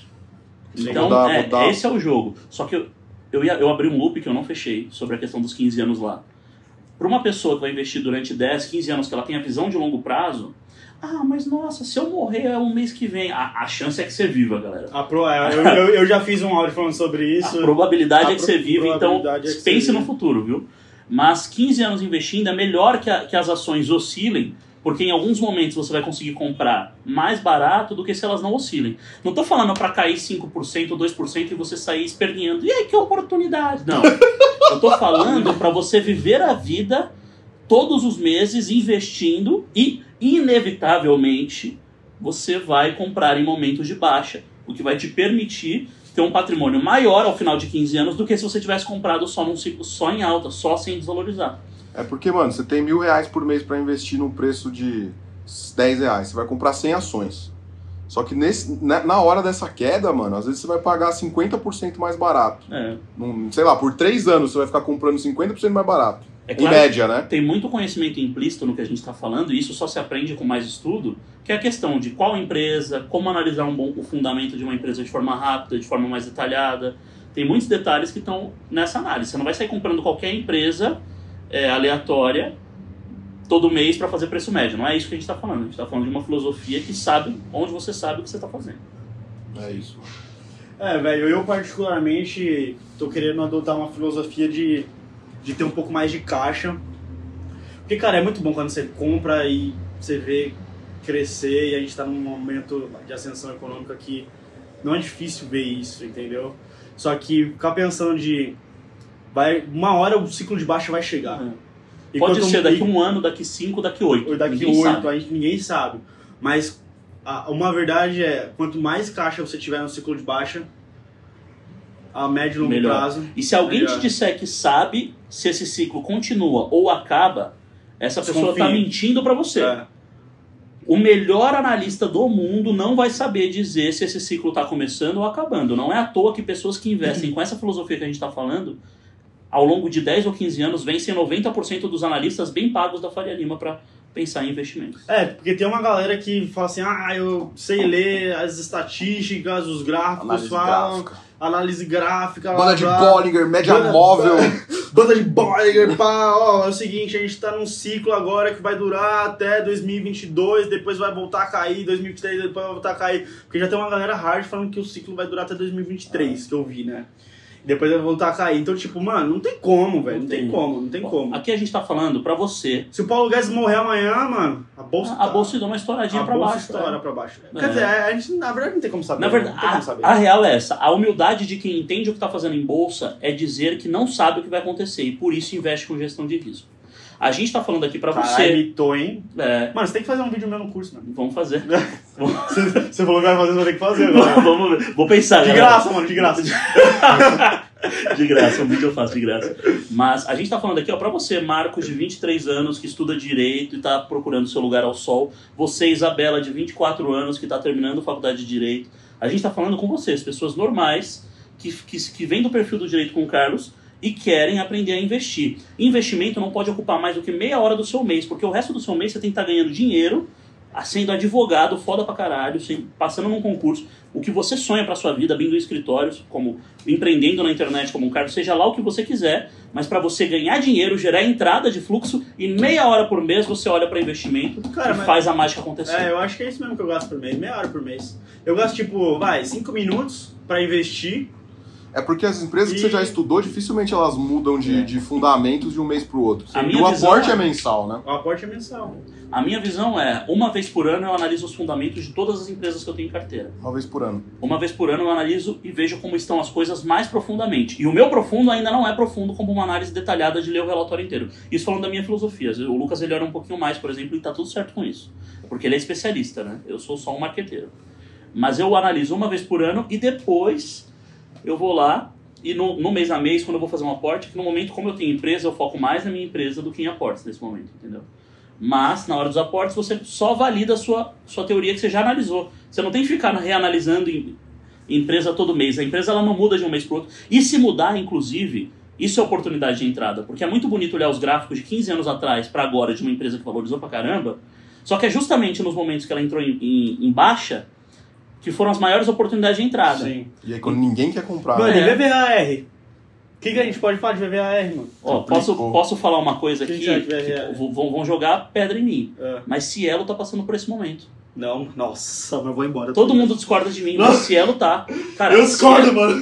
Então, esse é o jogo. Só que eu abri um loop que eu não fechei sobre a questão dos 15 anos lá. Para uma pessoa que vai investir durante 10, 15 anos, que ela tenha visão de longo prazo, mas nossa, se eu morrer é um mês que vem. A chance é que você viva, galera. Eu já fiz um áudio falando sobre isso. A probabilidade é que você viva, então pense no futuro, viu? Mas 15 anos investindo é melhor que as ações oscilem, porque em alguns momentos você vai conseguir comprar mais barato do que se elas não oscilem. Não tô falando para cair 5% ou 2% e você sair esperneando. E aí, que oportunidade? Não. Eu tô falando para você viver a vida todos os meses investindo e, inevitavelmente, você vai comprar em momentos de baixa, o que vai te permitir ter um patrimônio maior ao final de 15 anos do que se você tivesse comprado só num ciclo só em alta, só sem desvalorizar. É porque, mano, você tem R$1.000 por mês para investir num preço de R$10. Você vai comprar 100 ações. Só que na hora dessa queda, mano, às vezes você vai pagar 50% mais barato. Sei lá, por 3 anos você vai ficar comprando 50% mais barato. Claro, em média, né? Tem muito conhecimento implícito no que a gente está falando, e isso só se aprende com mais estudo, que é a questão de qual empresa, como analisar o fundamento de uma empresa de forma rápida, de forma mais detalhada. Tem muitos detalhes que estão nessa análise. Você não vai sair comprando qualquer empresa aleatória todo mês para fazer preço médio. Não é isso que a gente está falando. A gente está falando de uma filosofia que sabe onde você sabe o que você está fazendo. É isso. Velho, eu particularmente tô querendo adotar uma filosofia de ter um pouco mais de caixa. Porque, cara, é muito bom quando você compra e você vê crescer, e a gente tá num momento de ascensão econômica que não é difícil ver isso, entendeu? Só que ficar pensando uma hora o ciclo de baixa vai chegar. Pode ser daqui 1 ano, daqui 5, daqui 8. Daqui 8, ninguém sabe. Mas uma verdade é, quanto mais caixa você tiver no ciclo de baixa, a médio e longo prazo... E se alguém te disser que sabe se esse ciclo continua ou acaba, essa pessoa está mentindo para você. O melhor analista do mundo não vai saber dizer se esse ciclo está começando ou acabando. Não é à toa que pessoas que investem com essa filosofia que a gente está falando, ao longo de 10 ou 15 anos, vencem 90% dos analistas bem pagos da Faria Lima para pensar em investimentos. Porque tem uma galera que fala assim, eu sei ler as estatísticas, os gráficos, análise gráfica, banda de Bollinger, média móvel. Banda de Bollinger, é o seguinte, a gente tá num ciclo agora que vai durar até 2022, depois vai voltar a cair, 2023 depois vai voltar a cair, porque já tem uma galera hard falando que o ciclo vai durar até 2023, que eu vi, né? Depois vai voltar a cair. Então, tipo, mano, não tem como, velho. Não tem como. Aqui a gente tá falando pra você. Se o Paulo Guedes morrer amanhã, mano, a bolsa dá uma estouradinha pra baixo. Estoura pra baixo. Quer dizer, a gente, na verdade, não tem como saber. Na verdade, a real é essa. A humildade de quem entende o que tá fazendo em bolsa é dizer que não sabe o que vai acontecer e por isso investe com gestão de risco. A gente tá falando aqui pra você... Imitou, hein? Mano, você tem que fazer um vídeo meu no curso, mano. Vamos fazer. Você falou que vai fazer, você vai ter que fazer agora. Vamos ver. Vou pensar. De graça, mano, de graça. De graça, um vídeo eu faço de graça. Mas a gente tá falando aqui, pra você, Marcos, de 23 anos, que estuda Direito e tá procurando seu lugar ao sol. Você, Isabela, de 24 anos, que tá terminando faculdade de Direito. A gente está falando com vocês, pessoas normais que vêm do perfil do direito com o Carlos e querem aprender a investir. Investimento não pode ocupar mais do que meia hora do seu mês, porque o resto do seu mês você tem que estar ganhando dinheiro, sendo advogado, foda pra caralho, passando num concurso. O que você sonha pra sua vida, abrindo escritórios, como empreendendo na internet como um Carlos, seja lá o que você quiser, mas pra você ganhar dinheiro, gerar entrada de fluxo e meia hora por mês você olha pra investimento e faz a mágica acontecer. Eu acho que é isso mesmo que eu gasto por mês, meia hora por mês. Eu gasto 5 minutos pra investir. É porque as empresas que você já estudou, dificilmente elas mudam de fundamentos de um mês pro outro. A E minha o visão aporte é mensal, né? O aporte é mensal. A minha visão é, uma vez por ano eu analiso os fundamentos de todas as empresas que eu tenho em carteira. Uma vez por ano. Uma vez por ano eu analiso e vejo como estão as coisas mais profundamente. E o meu profundo ainda não é profundo como uma análise detalhada de ler o relatório inteiro. Isso falando da minha filosofia. O Lucas ele olha um pouquinho mais, por exemplo, e tá tudo certo com isso. Porque ele é especialista, né? Eu sou só um marqueteiro. Mas eu analiso uma vez por ano e depois eu vou lá e no mês a mês, quando eu vou fazer um aporte, que no momento, como eu tenho empresa, eu foco mais na minha empresa do que em aportes nesse momento, entendeu? Mas, na hora dos aportes, você só valida a sua teoria que você já analisou. Você não tem que ficar reanalisando empresa todo mês. A empresa ela não muda de um mês para o outro. E se mudar, inclusive, isso é oportunidade de entrada. Porque é muito bonito olhar os gráficos de 15 anos atrás para agora de uma empresa que valorizou pra caramba. Só que é justamente nos momentos que ela entrou em baixa que foram as maiores oportunidades de entrada. Sim. E aí quando ninguém quer comprar... Mano, VVAR. O que a gente pode falar de VVAR, mano? Ó, posso falar uma coisa aqui? Vão jogar pedra em mim. Mas Cielo tá passando por esse momento. Não, nossa, mas eu vou embora. Todo mundo discorda de mim, mas Cielo tá. Cara, eu discordo, mano.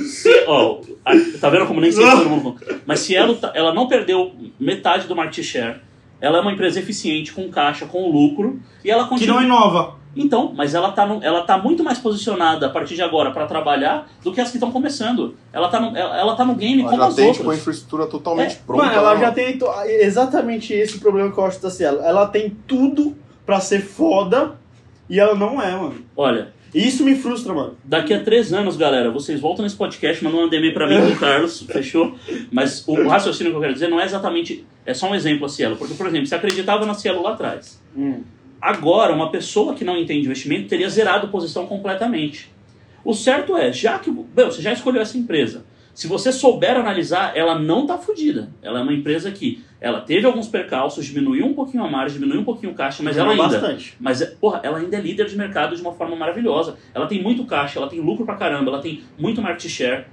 Tá vendo como nem sei se todo mundo... Mas Cielo, ela não perdeu metade do market share. Ela é uma empresa eficiente, com caixa, com lucro. E ela continua... Que não inova. Então, mas ela tá muito mais posicionada a partir de agora para trabalhar do que as que estão começando. Ela tá no game como as outras. Ela já tem tipo, a infraestrutura totalmente pronta. Mano, ela já tem exatamente esse problema que eu acho da Cielo. Ela tem tudo pra ser foda e ela não é, mano. Olha... Isso me frustra, mano. Daqui a 3 anos, galera, vocês voltam nesse podcast, mandam um DM pra mim com o Carlos, fechou? Mas o raciocínio que eu quero dizer não é exatamente... É só um exemplo a Cielo. Porque, por exemplo, você acreditava na Cielo lá atrás. Agora, uma pessoa que não entende investimento teria zerado a posição completamente. O certo é, já que você já escolheu essa empresa, se você souber analisar, ela não tá fodida. Ela é uma empresa que ela teve alguns percalços, diminuiu um pouquinho a margem, diminuiu um pouquinho o caixa, mas ela ainda... Bastante. Mas, ela ainda é líder de mercado de uma forma maravilhosa. Ela tem muito caixa, ela tem lucro pra caramba, ela tem muito market share.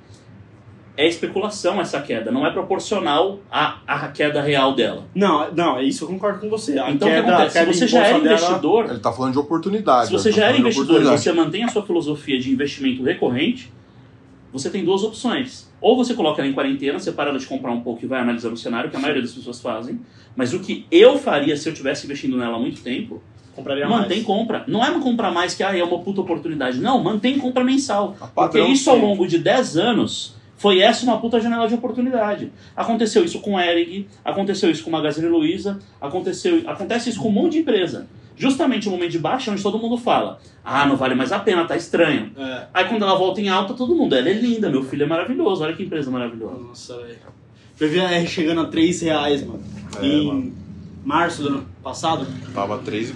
É especulação essa queda, não é proporcional à queda real dela. Não, é isso eu concordo com você. Então o que acontece? Se você já era investidor... Ele tá falando de oportunidade. Se você já era investidor e você mantém a sua filosofia de investimento recorrente, você tem 2 opções. Ou você coloca ela em quarentena, você para ela de comprar um pouco e vai analisando o cenário, que a maioria das pessoas fazem. Mas o que eu faria se eu tivesse investindo nela há muito tempo... Mantém compra. Não é comprar mais que é uma puta oportunidade. Não, mantém compra mensal. Porque isso ao longo de 10 anos... Foi essa uma puta janela de oportunidade. Aconteceu isso com Hering, aconteceu isso com Magazine Luiza, acontece isso com um monte de empresa. Justamente no momento de baixa, onde todo mundo fala, não vale mais a pena, tá estranho. Aí quando ela volta em alta, todo mundo, ela é linda, meu filho é maravilhoso, olha que empresa maravilhosa. Nossa, velho. VVAR chegando a R$3, mano. Em março do ano passado. Tava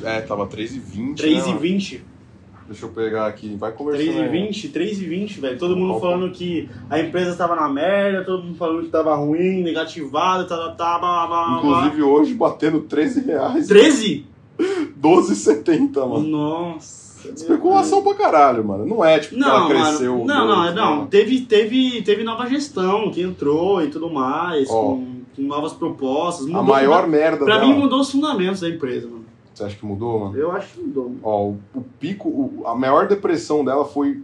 3,20. 3,20. Deixa eu pegar aqui, vai conversando. 3,20, velho. Todo mundo falando que a empresa tava na merda, todo mundo falando que tava ruim, negativada, Inclusive hoje batendo R$13. 13? 12,70, mano. Nossa. Especulação pra caralho, mano. Não é tipo que ela cresceu. Não. Teve nova gestão que entrou e tudo mais, com novas propostas. A maior merda pra mim mudou os fundamentos da empresa, mano. Você acha que mudou, mano? Eu acho que mudou. O pico, a maior depressão dela foi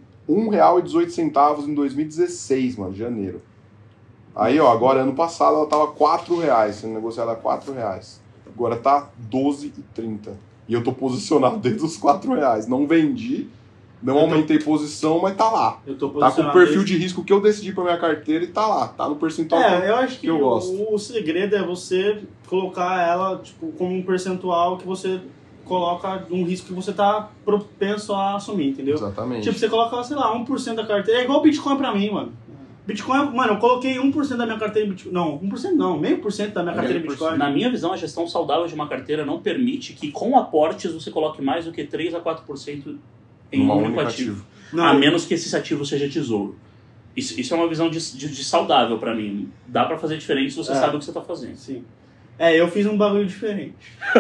R$1,18 em 2016, mano, janeiro. Aí, agora, ano passado, ela tava R$4, sendo negociada a R$4. Agora tá R$12,30. E eu tô posicionado dentro dos R$4. Não vendi, não aumentei posição, mas tá lá. Eu tô tá com o perfil de risco que eu decidi pra minha carteira e tá lá. Tá no percentual eu acho que eu gosto. O segredo é você colocar ela como um percentual que você coloca um risco que você tá propenso a assumir, entendeu? Exatamente. Tipo, você coloca, sei lá, 1% da carteira. É igual o Bitcoin pra mim, mano. Bitcoin, mano, eu coloquei 1% da minha carteira em Bitcoin. Não, 1% não, 0,5% da minha carteira em Bitcoin. Na minha visão, a gestão saudável de uma carteira não permite que com aportes você coloque mais do que 3 a 4% em um Numa único única ativo. Não, A menos que esse ativo seja tesouro. Isso é uma visão de saudável pra mim. Dá pra fazer diferente se você sabe o que você tá fazendo. Sim. Eu fiz um bagulho diferente.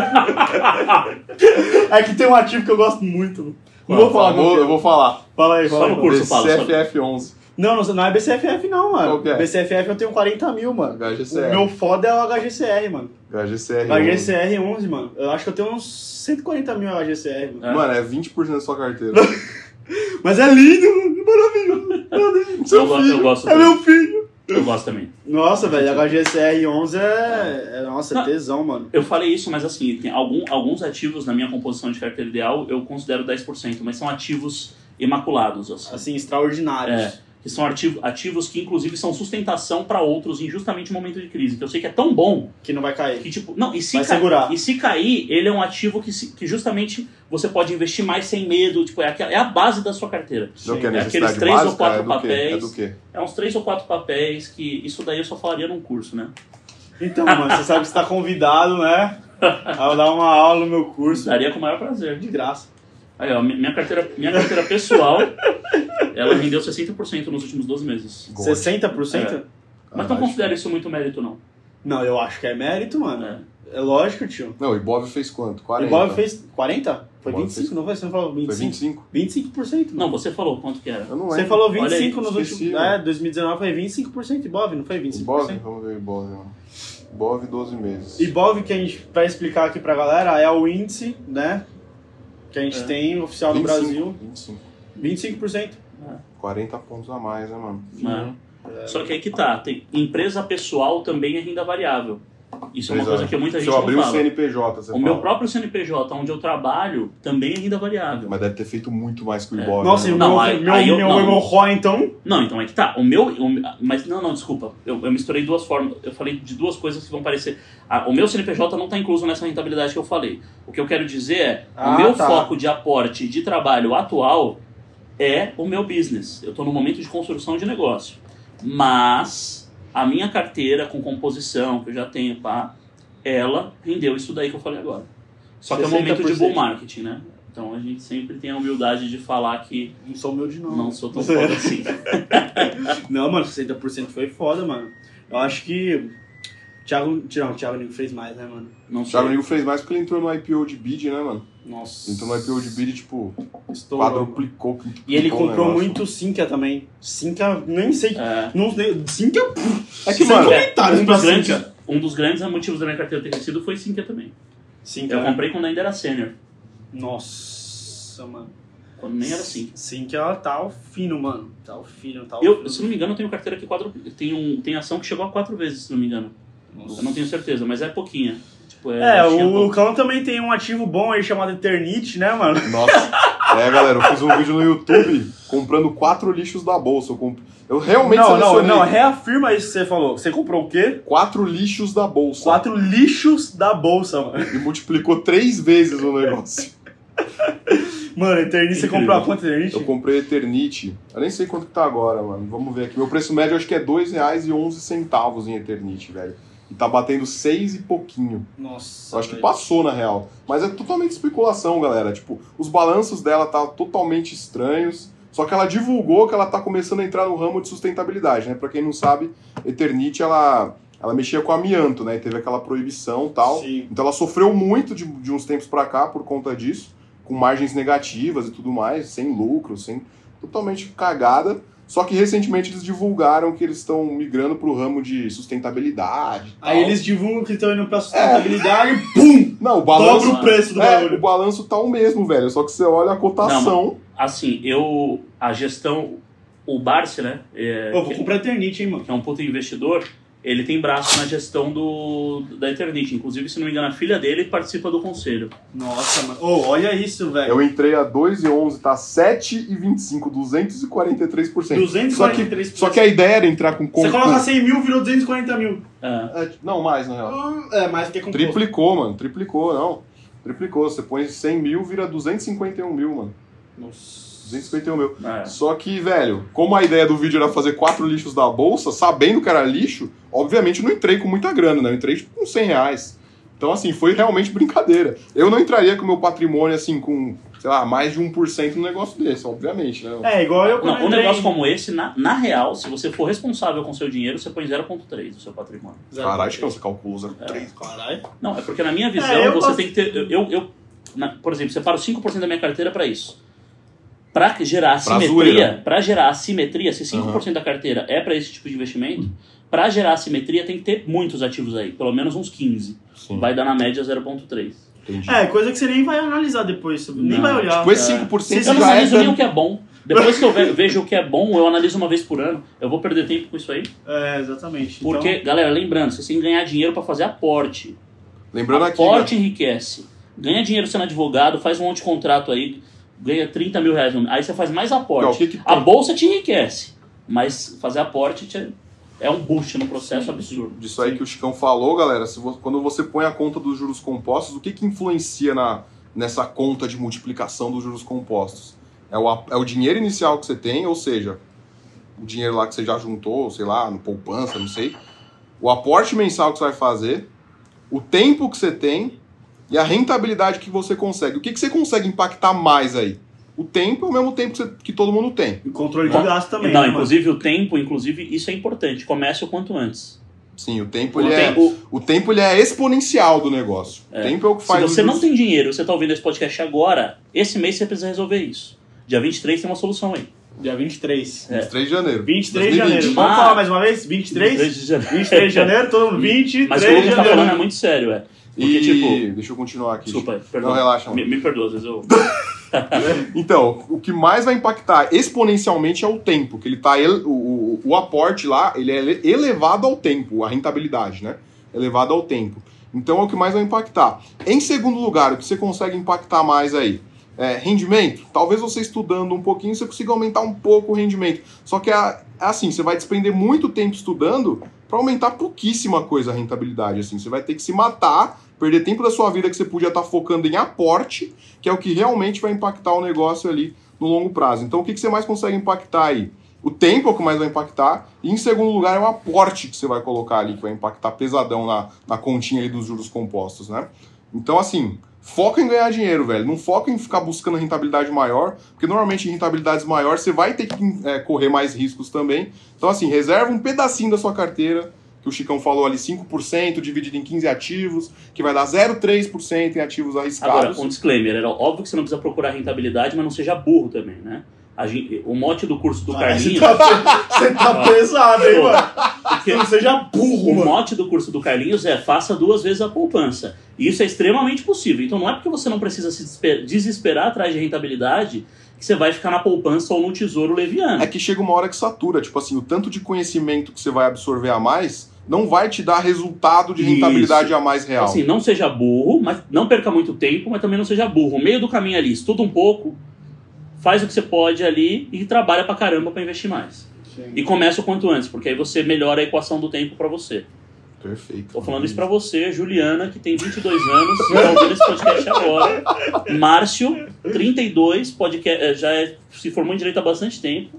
É que tem um ativo que eu gosto muito. Não vou falar. Eu vou falar. Fala aí, Só no curso fala. BCFF11. Não é BCFF não, mano. Qual que é? BCFF eu tenho 40 mil, mano. HGCR. O meu foda é o HGCR, mano. HGCR. HGCR 11, mano. Eu acho que eu tenho uns 140 mil HGCR, mano. Mano, é 20% da sua carteira. Mas é lindo, mano. Maravilhoso. Eu gosto É meu filho. Eu gosto também. Nossa, velho, HGCR 11 é tesão, mano. Eu falei isso, mas assim, tem alguns ativos na minha composição de carteira ideal eu considero 10%, mas são ativos imaculados. Assim, extraordinários. Que são ativos que, inclusive, são sustentação para outros em justamente momento de crise. Que eu sei que é tão bom que não vai cair. que, tipo, não, e se vai segurar. E se cair, ele é um ativo que justamente você pode investir mais sem medo. Tipo, é a base da sua carteira. É aqueles 3 ou 4 papéis. É do quê? É uns 3 ou 4 papéis que isso daí eu só falaria num curso, né? Então, mano, você sabe que você tá convidado, né? A dar uma aula no meu curso. Daria com o maior prazer. De graça. Aí, ó, minha carteira pessoal, ela rendeu 60% nos últimos 12 meses. 60%? Mas não considero isso muito mérito, não. Não, eu acho que é mérito, mano. É lógico, tio. Não, o Ibov fez quanto? 40? O Ibov fez 40? Foi Ibov 25, fez... não foi? Você não falou 25? Foi 25? 25%, mano. Não, você falou quanto que era. Eu não lembro. Você falou 25 aí, nos últimos... 2019 foi 25% Ibov, não foi 25%? Ibov? Vamos ver o Ibov, mano. Ibov 12 meses. Ibov, que a gente vai explicar aqui pra galera, é o índice, né? Que a gente tem oficial 25, no Brasil. 25%. 25%. 40 pontos a mais, né, mano? Só que aí que tá. Tem empresa pessoal também é renda variável. Isso é uma coisa que muita gente não fala. Se eu abrir o CNPJ, você meu próprio CNPJ, onde eu trabalho, também é renda variável. Mas deve ter feito muito mais que o Ibov. Nossa, né? meu ROI, então... Não, então é que tá. Mas não, desculpa. Eu misturei duas formas. Eu falei de duas coisas que vão parecer... o meu CNPJ não está incluso nessa rentabilidade que eu falei. O que eu quero dizer é... o meu foco de aporte de trabalho atual é o meu business. Eu estou no momento de construção de negócio. Mas... a minha carteira com composição, que eu já tenho, ela rendeu isso daí que eu falei agora. Só que é um momento de bull marketing, né? Então a gente sempre tem a humildade de falar que... Não sou humilde, não. Não sou tão foda assim. Não, mano, 60% foi foda, mano. Eu acho que... Thiago Nigo fez mais, né, mano? Não sei. Thiago Nigo fez mais porque ele entrou no IPO de bid, né, mano? Nossa. Entrou no IPO de bid, tipo, estourou. quadruplicou. E ele comprou muito Sinqia também. Sinqia, nem sei. Sinqia. É que, mano, um dos grandes motivos da minha carteira ter crescido foi Sinqia também. Sinqia. Eu comprei quando ainda era sênior. Nossa, mano. Quando nem era Sinqia. Sinqia tá o fino, mano. Tá o fino. Se não me engano, eu tenho carteira que tem ação que chegou a 4 vezes, se não me engano. Nossa. Eu não tenho certeza, mas é pouquinha. Tipo, o Lucão também tem um ativo bom aí chamado Eternit, né, mano? Nossa. Galera, eu fiz um vídeo no YouTube comprando 4 lixos da bolsa. Eu realmente selecionei. Não, reafirma isso que você falou. Você comprou o quê? 4 lixos da bolsa. 4 lixos da bolsa, mano. E multiplicou 3 vezes o negócio. Mano, Eternit, você comprou a quanto Eternit? Eu comprei Eternit. Eu nem sei quanto que tá agora, mano. Vamos ver aqui. Meu preço médio acho que é R$2,11 em Eternit, velho. E tá batendo 6 e pouquinho. Nossa. Eu acho que passou, na real. Mas é totalmente especulação, galera. Tipo, os balanços dela tá totalmente estranhos. Só que ela divulgou que ela tá começando a entrar no ramo de sustentabilidade, né? Pra quem não sabe, Eternit, ela mexia com amianto, né? E teve aquela proibição e tal. Sim. Então ela sofreu muito de uns tempos pra cá por conta disso. Com margens negativas e tudo mais, sem lucro, totalmente cagada. Só que recentemente eles divulgaram que eles estão migrando pro ramo de sustentabilidade. Aí eles divulgam que estão indo pra sustentabilidade e pum! Não, o balanço, dobra o preço do bagulho. O balanço tá o mesmo, velho. Só que você olha a cotação. Não, assim, a gestão, o Barsi, né? Eu vou comprar Eternit, hein, mano. Que é um puto investidor. Ele tem braço na gestão da Eternit. Inclusive, se não me engano, a filha dele participa do conselho. Nossa, mano. Olha isso, velho. Eu entrei a 2,11, tá 7,25, 243%. 243%. Só que a ideia era entrar com... Você coloca 100 mil, virou 240 mil. Não, mais, na real. Mais do que com Triplicou, mano. Triplicou. Você põe 100 mil, vira 251 mil, mano. Nossa. 251 mil. Só que, velho, como a ideia do vídeo era fazer 4 lixos da bolsa, sabendo que era lixo, obviamente não entrei com muita grana, né? Eu entrei tipo com R$100. Então, assim, foi realmente brincadeira. Eu não entraria com o meu patrimônio, assim, com sei lá, mais de 1% no negócio desse, obviamente, né? É, igual eu Não, um comentei. negócio como esse, na real, se você for responsável com seu dinheiro, você põe 0,3 do seu patrimônio. Caralho, acho que você calcula 0,3. Caralho. Não, é porque na minha visão, eu você posso- tem que ter... por exemplo, separo 5% da minha carteira para isso. Para gerar assimetria, se 5% da carteira é para esse tipo de investimento, para gerar assimetria tem que ter muitos ativos aí, pelo menos uns 15. Sim. Vai dar na média 0,3. Entendi. É, coisa que você nem vai analisar depois, nem Não. vai olhar. Tipo, esse 5% Eu não já é... analiso nem o que é bom. Depois que eu vejo o que é bom, eu analiso uma vez por ano. Eu vou perder tempo com isso aí. É, exatamente. Porque, galera, lembrando, vocês têm que ganhar dinheiro para fazer aporte. Lembrando aqui, Aporte enriquece. Ganha dinheiro sendo advogado, faz um monte de contrato aí, ganha 30 mil reais. Aí você faz mais aporte. O que tem? A bolsa te enriquece, mas fazer aporte é um boost no processo absurdo. disso aí que o Chicão falou, galera, quando você põe a conta dos juros compostos, o que influencia nessa conta de multiplicação dos juros compostos? É o dinheiro inicial que você tem, ou seja, o dinheiro lá que você já juntou, sei lá, no poupança, não sei, o aporte mensal que você vai fazer, o tempo que você tem e a rentabilidade que você consegue. O que você consegue impactar mais aí? O tempo é o mesmo tempo que todo mundo tem. E controle de gasto também. Não, né, inclusive o tempo, isso é importante. Comece o quanto antes. Sim, o tempo, O ele é exponencial do negócio. O tempo é o que faz... Se você não tem dinheiro, você está ouvindo esse podcast agora, esse mês você precisa resolver isso. Dia 23 tem uma solução aí. Dia 23. 23 de janeiro. 23 de 2020. janeiro. Vamos falar mais uma vez? 23? 23 de janeiro. 23 de janeiro, todo mundo 23 Mas o de que o Lucas tá falando é janeiro. muito sério, é. Porque, E tipo... deixa eu continuar aqui. Desculpa, perdão. Não, relaxa, mano. Me perdoa, às vezes eu... Então, o que mais vai impactar exponencialmente é o tempo, que ele tá o aporte lá, ele é elevado ao tempo, a rentabilidade, né? Elevado ao tempo. Então é o que mais vai impactar. Em segundo lugar, o que você consegue impactar mais aí? Rendimento. Talvez você estudando um pouquinho, você consiga aumentar um pouco o rendimento. Só que assim, você vai despender muito tempo estudando para aumentar pouquíssima coisa a rentabilidade. Assim, você vai ter que se matar, perder tempo da sua vida que você podia estar focando em aporte, que é o que realmente vai impactar o negócio ali no longo prazo. Então, o que você mais consegue impactar aí? O tempo é o que mais vai impactar, e em segundo lugar é o aporte que você vai colocar ali, que vai impactar pesadão na continha ali dos juros compostos, né? Então, assim, foca em ganhar dinheiro, velho. Não foca em ficar buscando rentabilidade maior, porque normalmente em rentabilidades maiores você vai ter que correr mais riscos também. Então, assim, reserva um pedacinho da sua carteira, que o Chicão falou ali, 5% dividido em 15 ativos, que vai dar 0,3% em ativos arriscados. Agora, um disclaimer, era óbvio que você não precisa procurar rentabilidade, mas não seja burro também, né? O mote do curso do Carlinhos... Você tá pesado, hein, mano? Porque Não seja burro, o mano. mote do curso do Carlinhos é faça 2 vezes a poupança. E isso é extremamente possível. Então não é porque você não precisa se desesperar atrás de rentabilidade que você vai ficar na poupança ou no tesouro leviano. É que chega uma hora que satura. Tipo assim, o tanto de conhecimento que você vai absorver a mais não vai te dar resultado de rentabilidade Isso. a mais real. Assim, não seja burro, mas não perca muito tempo, mas também não seja burro. O meio do caminho ali, estuda um pouco, faz o que você pode ali e trabalha pra caramba pra investir mais. Sim. E começa o quanto antes, porque aí você melhora a equação do tempo pra você. Perfeito. Tô falando isso pra você, Juliana, que tem 22 anos, e tá ouvindo esse podcast agora. Márcio, 32, já se formou em Direito há bastante tempo.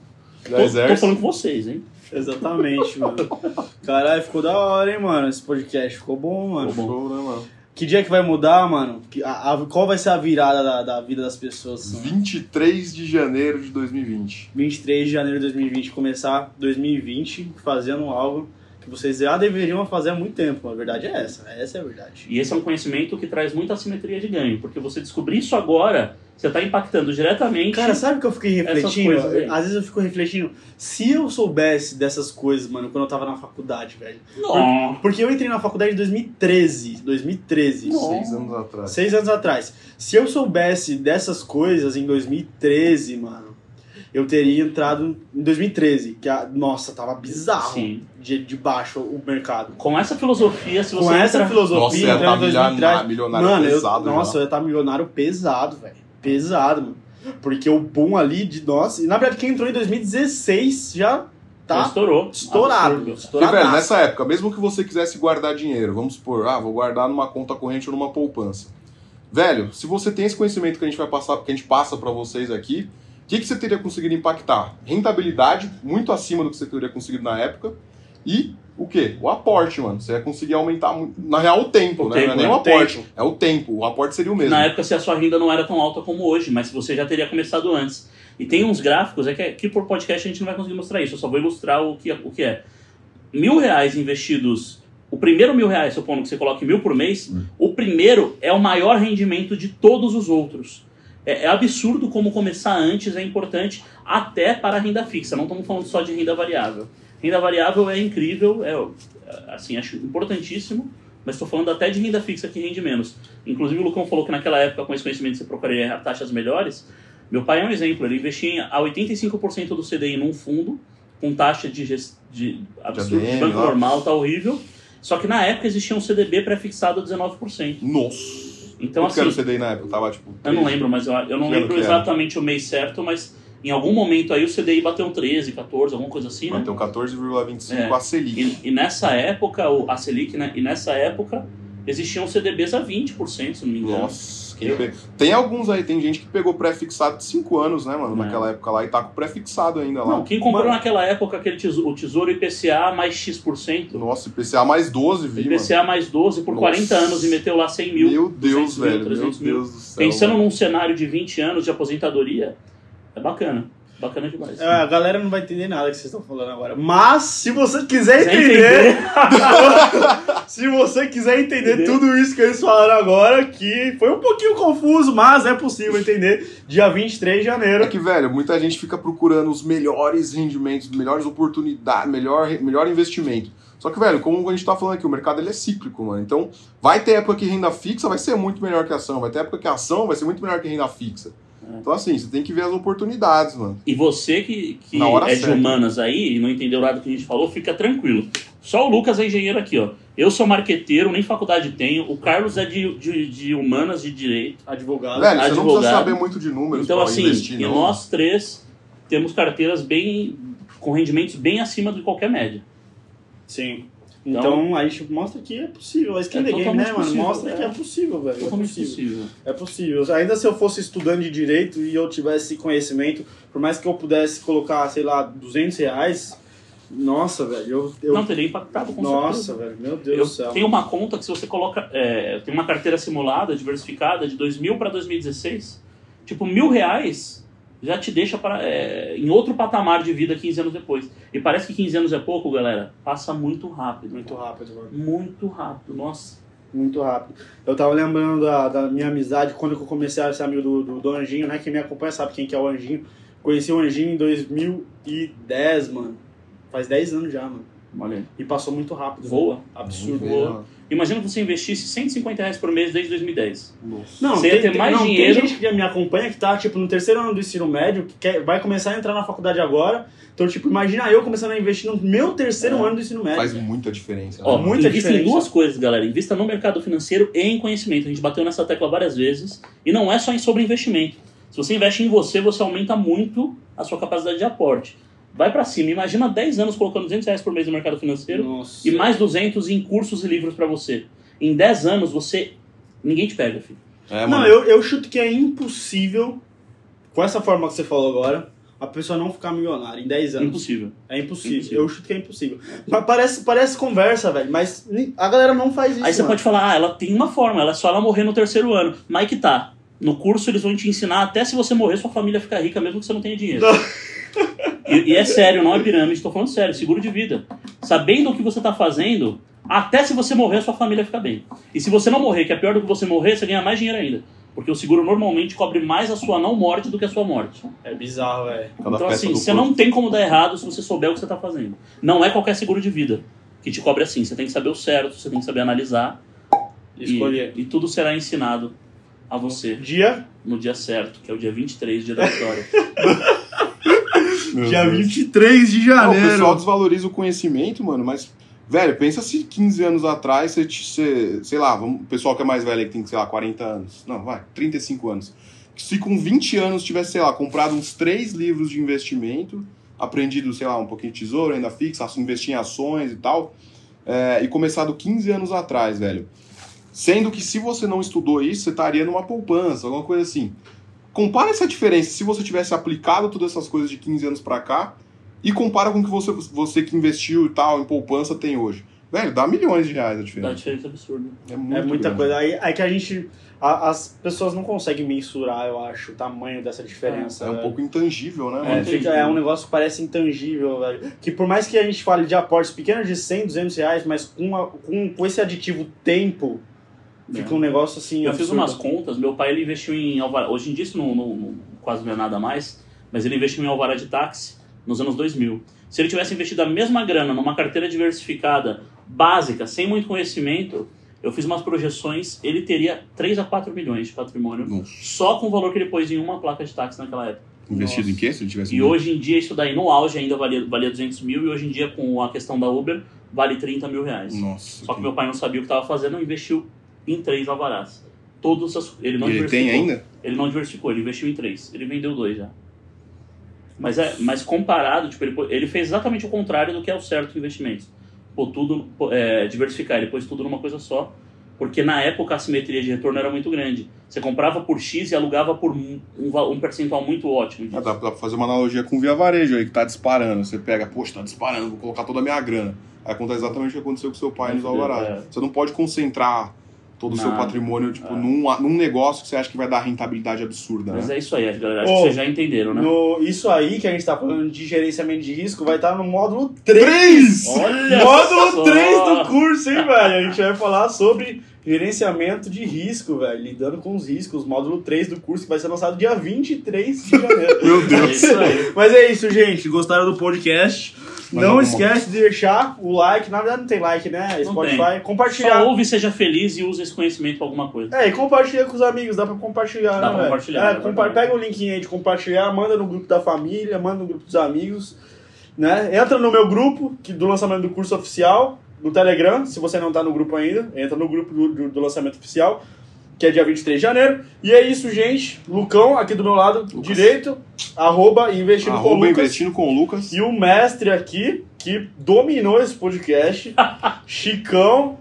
Tô falando com vocês, hein? Exatamente, mano. Caralho, ficou da hora, hein, mano, esse podcast. Ficou bom, mano. Ficou bom. Show, né, mano? Que dia que vai mudar, mano? Qual vai ser a virada da vida das pessoas? Mano? 23 de janeiro de 2020. 23 de janeiro de 2020, começar 2020 fazendo algo que vocês já deveriam fazer há muito tempo. A verdade é essa. Essa é a verdade. E esse é um conhecimento que traz muita assimetria de ganho, porque você descobrir isso agora, você tá impactando diretamente... Cara, sabe o que eu fiquei refletindo? coisas aí. Às vezes eu fico refletindo, se eu soubesse dessas coisas, mano, quando eu tava na faculdade, velho. Não. Porque eu entrei na faculdade em 2013. 6 anos atrás. 6 anos atrás. Se eu soubesse dessas coisas em 2013, mano, eu teria entrado em 2013, que nossa, tava bizarro. Sim. De baixo o mercado. Com essa filosofia, se você Com essa entra... filosofia, Nossa, ia entrando tá em 2013, milionário mano, pesado nossa, já. eu ia estar milionário pesado, velho. Pesado, mano. Porque o boom ali de nossa. E na verdade, quem entrou em 2016 já tá estourou. estourado. Absurdo. Porque, velho, Estouradaço. nessa época, mesmo que você quisesse guardar dinheiro, vamos supor, vou guardar numa conta corrente ou numa poupança. Velho, se você tem esse conhecimento que a gente passa pra vocês aqui, o que você teria conseguido impactar? Rentabilidade, muito acima do que você teria conseguido na época, e O quê? O aporte, mano. Você vai conseguir aumentar, na real, o tempo, né? Não é nem o aporte, é o tempo. O aporte seria o mesmo. Na época, se a sua renda não era tão alta como hoje, mas você já teria começado antes. E tem uns gráficos, que aqui por podcast a gente não vai conseguir mostrar isso, eu só vou ilustrar o que é. R$1.000 investidos, o primeiro R$1.000, supondo que você coloque 1.000 por mês, o primeiro é o maior rendimento de todos os outros. É absurdo como começar antes é importante, até para a renda fixa, não estamos falando só de renda variável. Renda variável é incrível, assim, acho importantíssimo, mas estou falando até de renda fixa que rende menos. Inclusive o Lucão falou que naquela época, com esse conhecimento, você procuraria taxas melhores. Meu pai é um exemplo, ele investia a 85% do CDI num fundo, com taxa de absurdo, de banco normal, tá horrível. Só que na época existia um CDB pré-fixado a 19%. Nossa! Então, quanto assim, era o CDI na época? Tava, tipo, 3, eu não lembro, mas eu não lembro exatamente o mês certo, mas em algum momento aí o CDI bateu um 13, 14, alguma coisa assim, né? Bateu 14,25 a Selic. E nessa época, a Selic, né? E nessa época existiam CDBs a 20%, se não me engano. Nossa! Tem alguns aí, tem gente que pegou pré-fixado de 5 anos, né, mano? Naquela época lá, e tá com pré-fixado ainda lá. Não, quem comprou naquela época o Tesouro IPCA mais X%. Nossa, IPCA mais 12, viu? IPCA mais 12 por 40 anos e meteu lá 100 mil. Meu Deus, velho. 300 meu mil. Deus do céu. Pensando num cenário de 20 anos de aposentadoria, é bacana. Bacana demais. A galera não vai entender nada que vocês estão falando agora. Mas, se você quiser entender... se você quiser entender tudo isso que eles falaram agora, que foi um pouquinho confuso, mas é possível entender, dia 23 de janeiro. É que, velho, muita gente fica procurando os melhores rendimentos, melhores oportunidades, melhor investimento. Só que, velho, como a gente tá falando aqui, o mercado ele é cíclico, mano. Então, vai ter época que renda fixa vai ser muito melhor que ação. Vai ter época que ação vai ser muito melhor que renda fixa. Então, assim, você tem que ver as oportunidades, mano. E você que é de humanas aí e não entendeu nada do que a gente falou, fica tranquilo. Só o Lucas é engenheiro aqui, ó. Eu sou marqueteiro, nem faculdade tenho. O Carlos é de humanas, de direito. Advogado. Velho, você não precisa saber muito de números então, pra assim, investir, não. E nós três temos carteiras com rendimentos bem acima de qualquer média. Sim. Então a gente mostra que é possível. A skin the game, né, mano? Mostra que é possível, velho. Totalmente possível. É possível. Ainda se eu fosse estudante de direito e eu tivesse conhecimento, por mais que eu pudesse colocar, sei lá, R$200, nossa, velho, eu... Não, teria impactado com certeza. Nossa, velho, meu Deus do céu. Tem uma conta que se você coloca... tem uma carteira simulada, diversificada, de 2000 para 2016. Tipo, R$1.000 já te deixa em outro patamar de vida 15 anos depois. E parece que 15 anos é pouco, galera. Passa muito rápido. Muito rápido, mano. Muito rápido, nossa. Muito rápido. Eu tava lembrando da minha amizade quando eu comecei a ser amigo do Anjinho, né? Quem me acompanha sabe quem que é o Anjinho. Conheci o Anjinho em 2010, mano. Faz 10 anos já, mano. Olha. E passou muito rápido. Voa. Né? Absurdo. Voa. Imagina que você investisse R$150 por mês desde 2010. Nossa. Não, você ia ter mais dinheiro. Tem gente que me acompanha que tá, tipo, no terceiro ano do ensino médio, que vai começar a entrar na faculdade agora. Então, tipo, imagina eu começando a investir no meu terceiro ano do ensino médio. Faz muita diferença. Né? Ó, muita invista diferença. em duas coisas, galera. Invista no mercado financeiro e em conhecimento. A gente bateu nessa tecla várias vezes. E não é só sobre investimento. Se você investe em você aumenta muito a sua capacidade de aporte. Vai pra cima. Imagina 10 anos colocando R$200 por mês no mercado financeiro. Nossa. E mais 200 em cursos e livros pra você. Em 10 anos, ninguém te pega, filho. Não, eu chuto que é impossível, com essa forma que você falou agora, a pessoa não ficar milionária em 10 anos. Impossível. É impossível. Eu chuto que é impossível. Parece conversa, velho, mas a galera não faz isso. Aí você mano. pode falar, ela tem uma forma, ela é só ela morrer no terceiro ano. Mas que tá. No curso eles vão te ensinar, até se você morrer, sua família fica rica, mesmo que você não tenha dinheiro. E é sério, não é pirâmide, estou falando sério, seguro de vida. Sabendo o que você tá fazendo, até se você morrer, sua família fica bem. E se você não morrer, que é pior do que você morrer, você ganha mais dinheiro ainda. Porque o seguro normalmente cobre mais a sua não morte do que a sua morte. É bizarro, velho. Então assim, você não tem como dar errado se você souber o que você tá fazendo. Não é qualquer seguro de vida que te cobre assim. Você tem que saber o certo, você tem que saber analisar. Escolher. E tudo será ensinado a você. No dia certo, que é o dia 23, dia da vitória. Dia 23 de janeiro. O pessoal desvaloriza o conhecimento, mano, mas, velho, pensa se 15 anos atrás você sei lá, o pessoal que é mais velho, que tem, sei lá, 40 anos, não, vai, 35 anos. Se com 20 anos tivesse, sei lá, comprado uns 3 livros de investimento, aprendido, sei lá, um pouquinho de tesouro, renda fixa, investir em ações e tal, e começado 15 anos atrás, velho. Sendo que se você não estudou isso, você estaria numa poupança, alguma coisa assim. Compara essa diferença, se você tivesse aplicado todas essas coisas de 15 anos pra cá, e compara com o que você que investiu e tal, em poupança, tem hoje. Velho, dá milhões de reais a diferença. Dá diferença absurda. É muito É muita grande. coisa. Aí que a gente... As pessoas não conseguem mensurar, eu acho, o tamanho dessa diferença. É um velho. pouco intangível, né? É um negócio que parece intangível, velho. Que por mais que a gente fale de aportes pequenos de 100, 200 reais, mas com esse aditivo tempo, fica um negócio assim Eu fiz absurdo. umas contas, meu pai ele investiu em alvará. Hoje em dia isso quase não é nada mais, mas ele investiu em alvará de táxi nos anos 2000. Se ele tivesse investido a mesma grana numa carteira diversificada, básica, sem muito conhecimento, eu fiz umas projeções, ele teria 3 a 4 milhões de patrimônio, Nossa. só com o valor que ele pôs em uma placa de táxi naquela época. Investido em quê? Se ele tivesse... E hoje em dia, isso daí no auge ainda valia 200 mil, e hoje em dia, com a questão da Uber, vale 30 mil reais. Nossa. Só que meu pai não sabia o que estava fazendo, investiu em 3 alvarás. Ele não Ele diversificou. tem ainda? Ele não diversificou, ele investiu em 3. Ele vendeu 2 já. Mas comparado, tipo, ele fez exatamente o contrário do que é o certo em investimentos. Diversificar, ele pôs tudo numa coisa só, porque na época a simetria de retorno era muito grande. Você comprava por X e alugava por um percentual muito ótimo disso. Dá pra fazer uma analogia com o Via Varejo aí, que tá disparando. Você pega, poxa, tá disparando, vou colocar toda a minha grana. Aí acontece exatamente o que aconteceu com o seu pai nos alvarás. Você não pode concentrar todo o seu patrimônio num negócio que você acha que vai dar rentabilidade absurda, Mas né? é isso aí, galera. Acho que vocês já entenderam, né? Isso aí que a gente tá falando de gerenciamento de risco vai estar no módulo 3! Olha Módulo só! 3 do curso, hein, velho? A gente vai falar sobre gerenciamento de risco, velho. Lidando com os riscos. Módulo 3 do curso que vai ser lançado dia 23 de janeiro. Meu É Deus. isso aí. Mas é isso, gente. Gostaram do podcast? Mas Não alguma- esquece de deixar o like. Na verdade não tem like, né? Não Spotify. tem. Compartilhar. Só ouve, seja feliz e use esse conhecimento pra alguma coisa. E compartilha com os amigos, dá pra compartilhar, Dá né, pra velho? compartilhar, né? Pega o linkinho aí de compartilhar, manda no grupo da família, manda no grupo dos amigos, né? Entra no meu grupo do lançamento do curso oficial, no Telegram, se você não tá no grupo ainda, entra no grupo do lançamento oficial, que é dia 23 de janeiro. E é isso, gente. Lucão, aqui do meu lado direito, @investindo com Lucas. Investindo com o Lucas. E o mestre aqui, que dominou esse podcast, Chicão,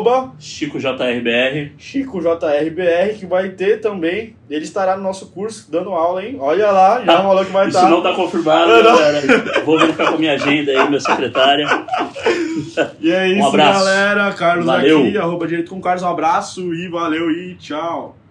ChicoJRBR. ChicoJRBR, que vai ter também, ele estará no nosso curso dando aula, hein? Olha lá, já falou que vai Isso estar. não tá confirmado, galera. Vou verificar com minha agenda aí, minha secretária. E é isso, abraço. galera. Carlos Valeu. aqui, @direito com Carlos. Um abraço e valeu e tchau.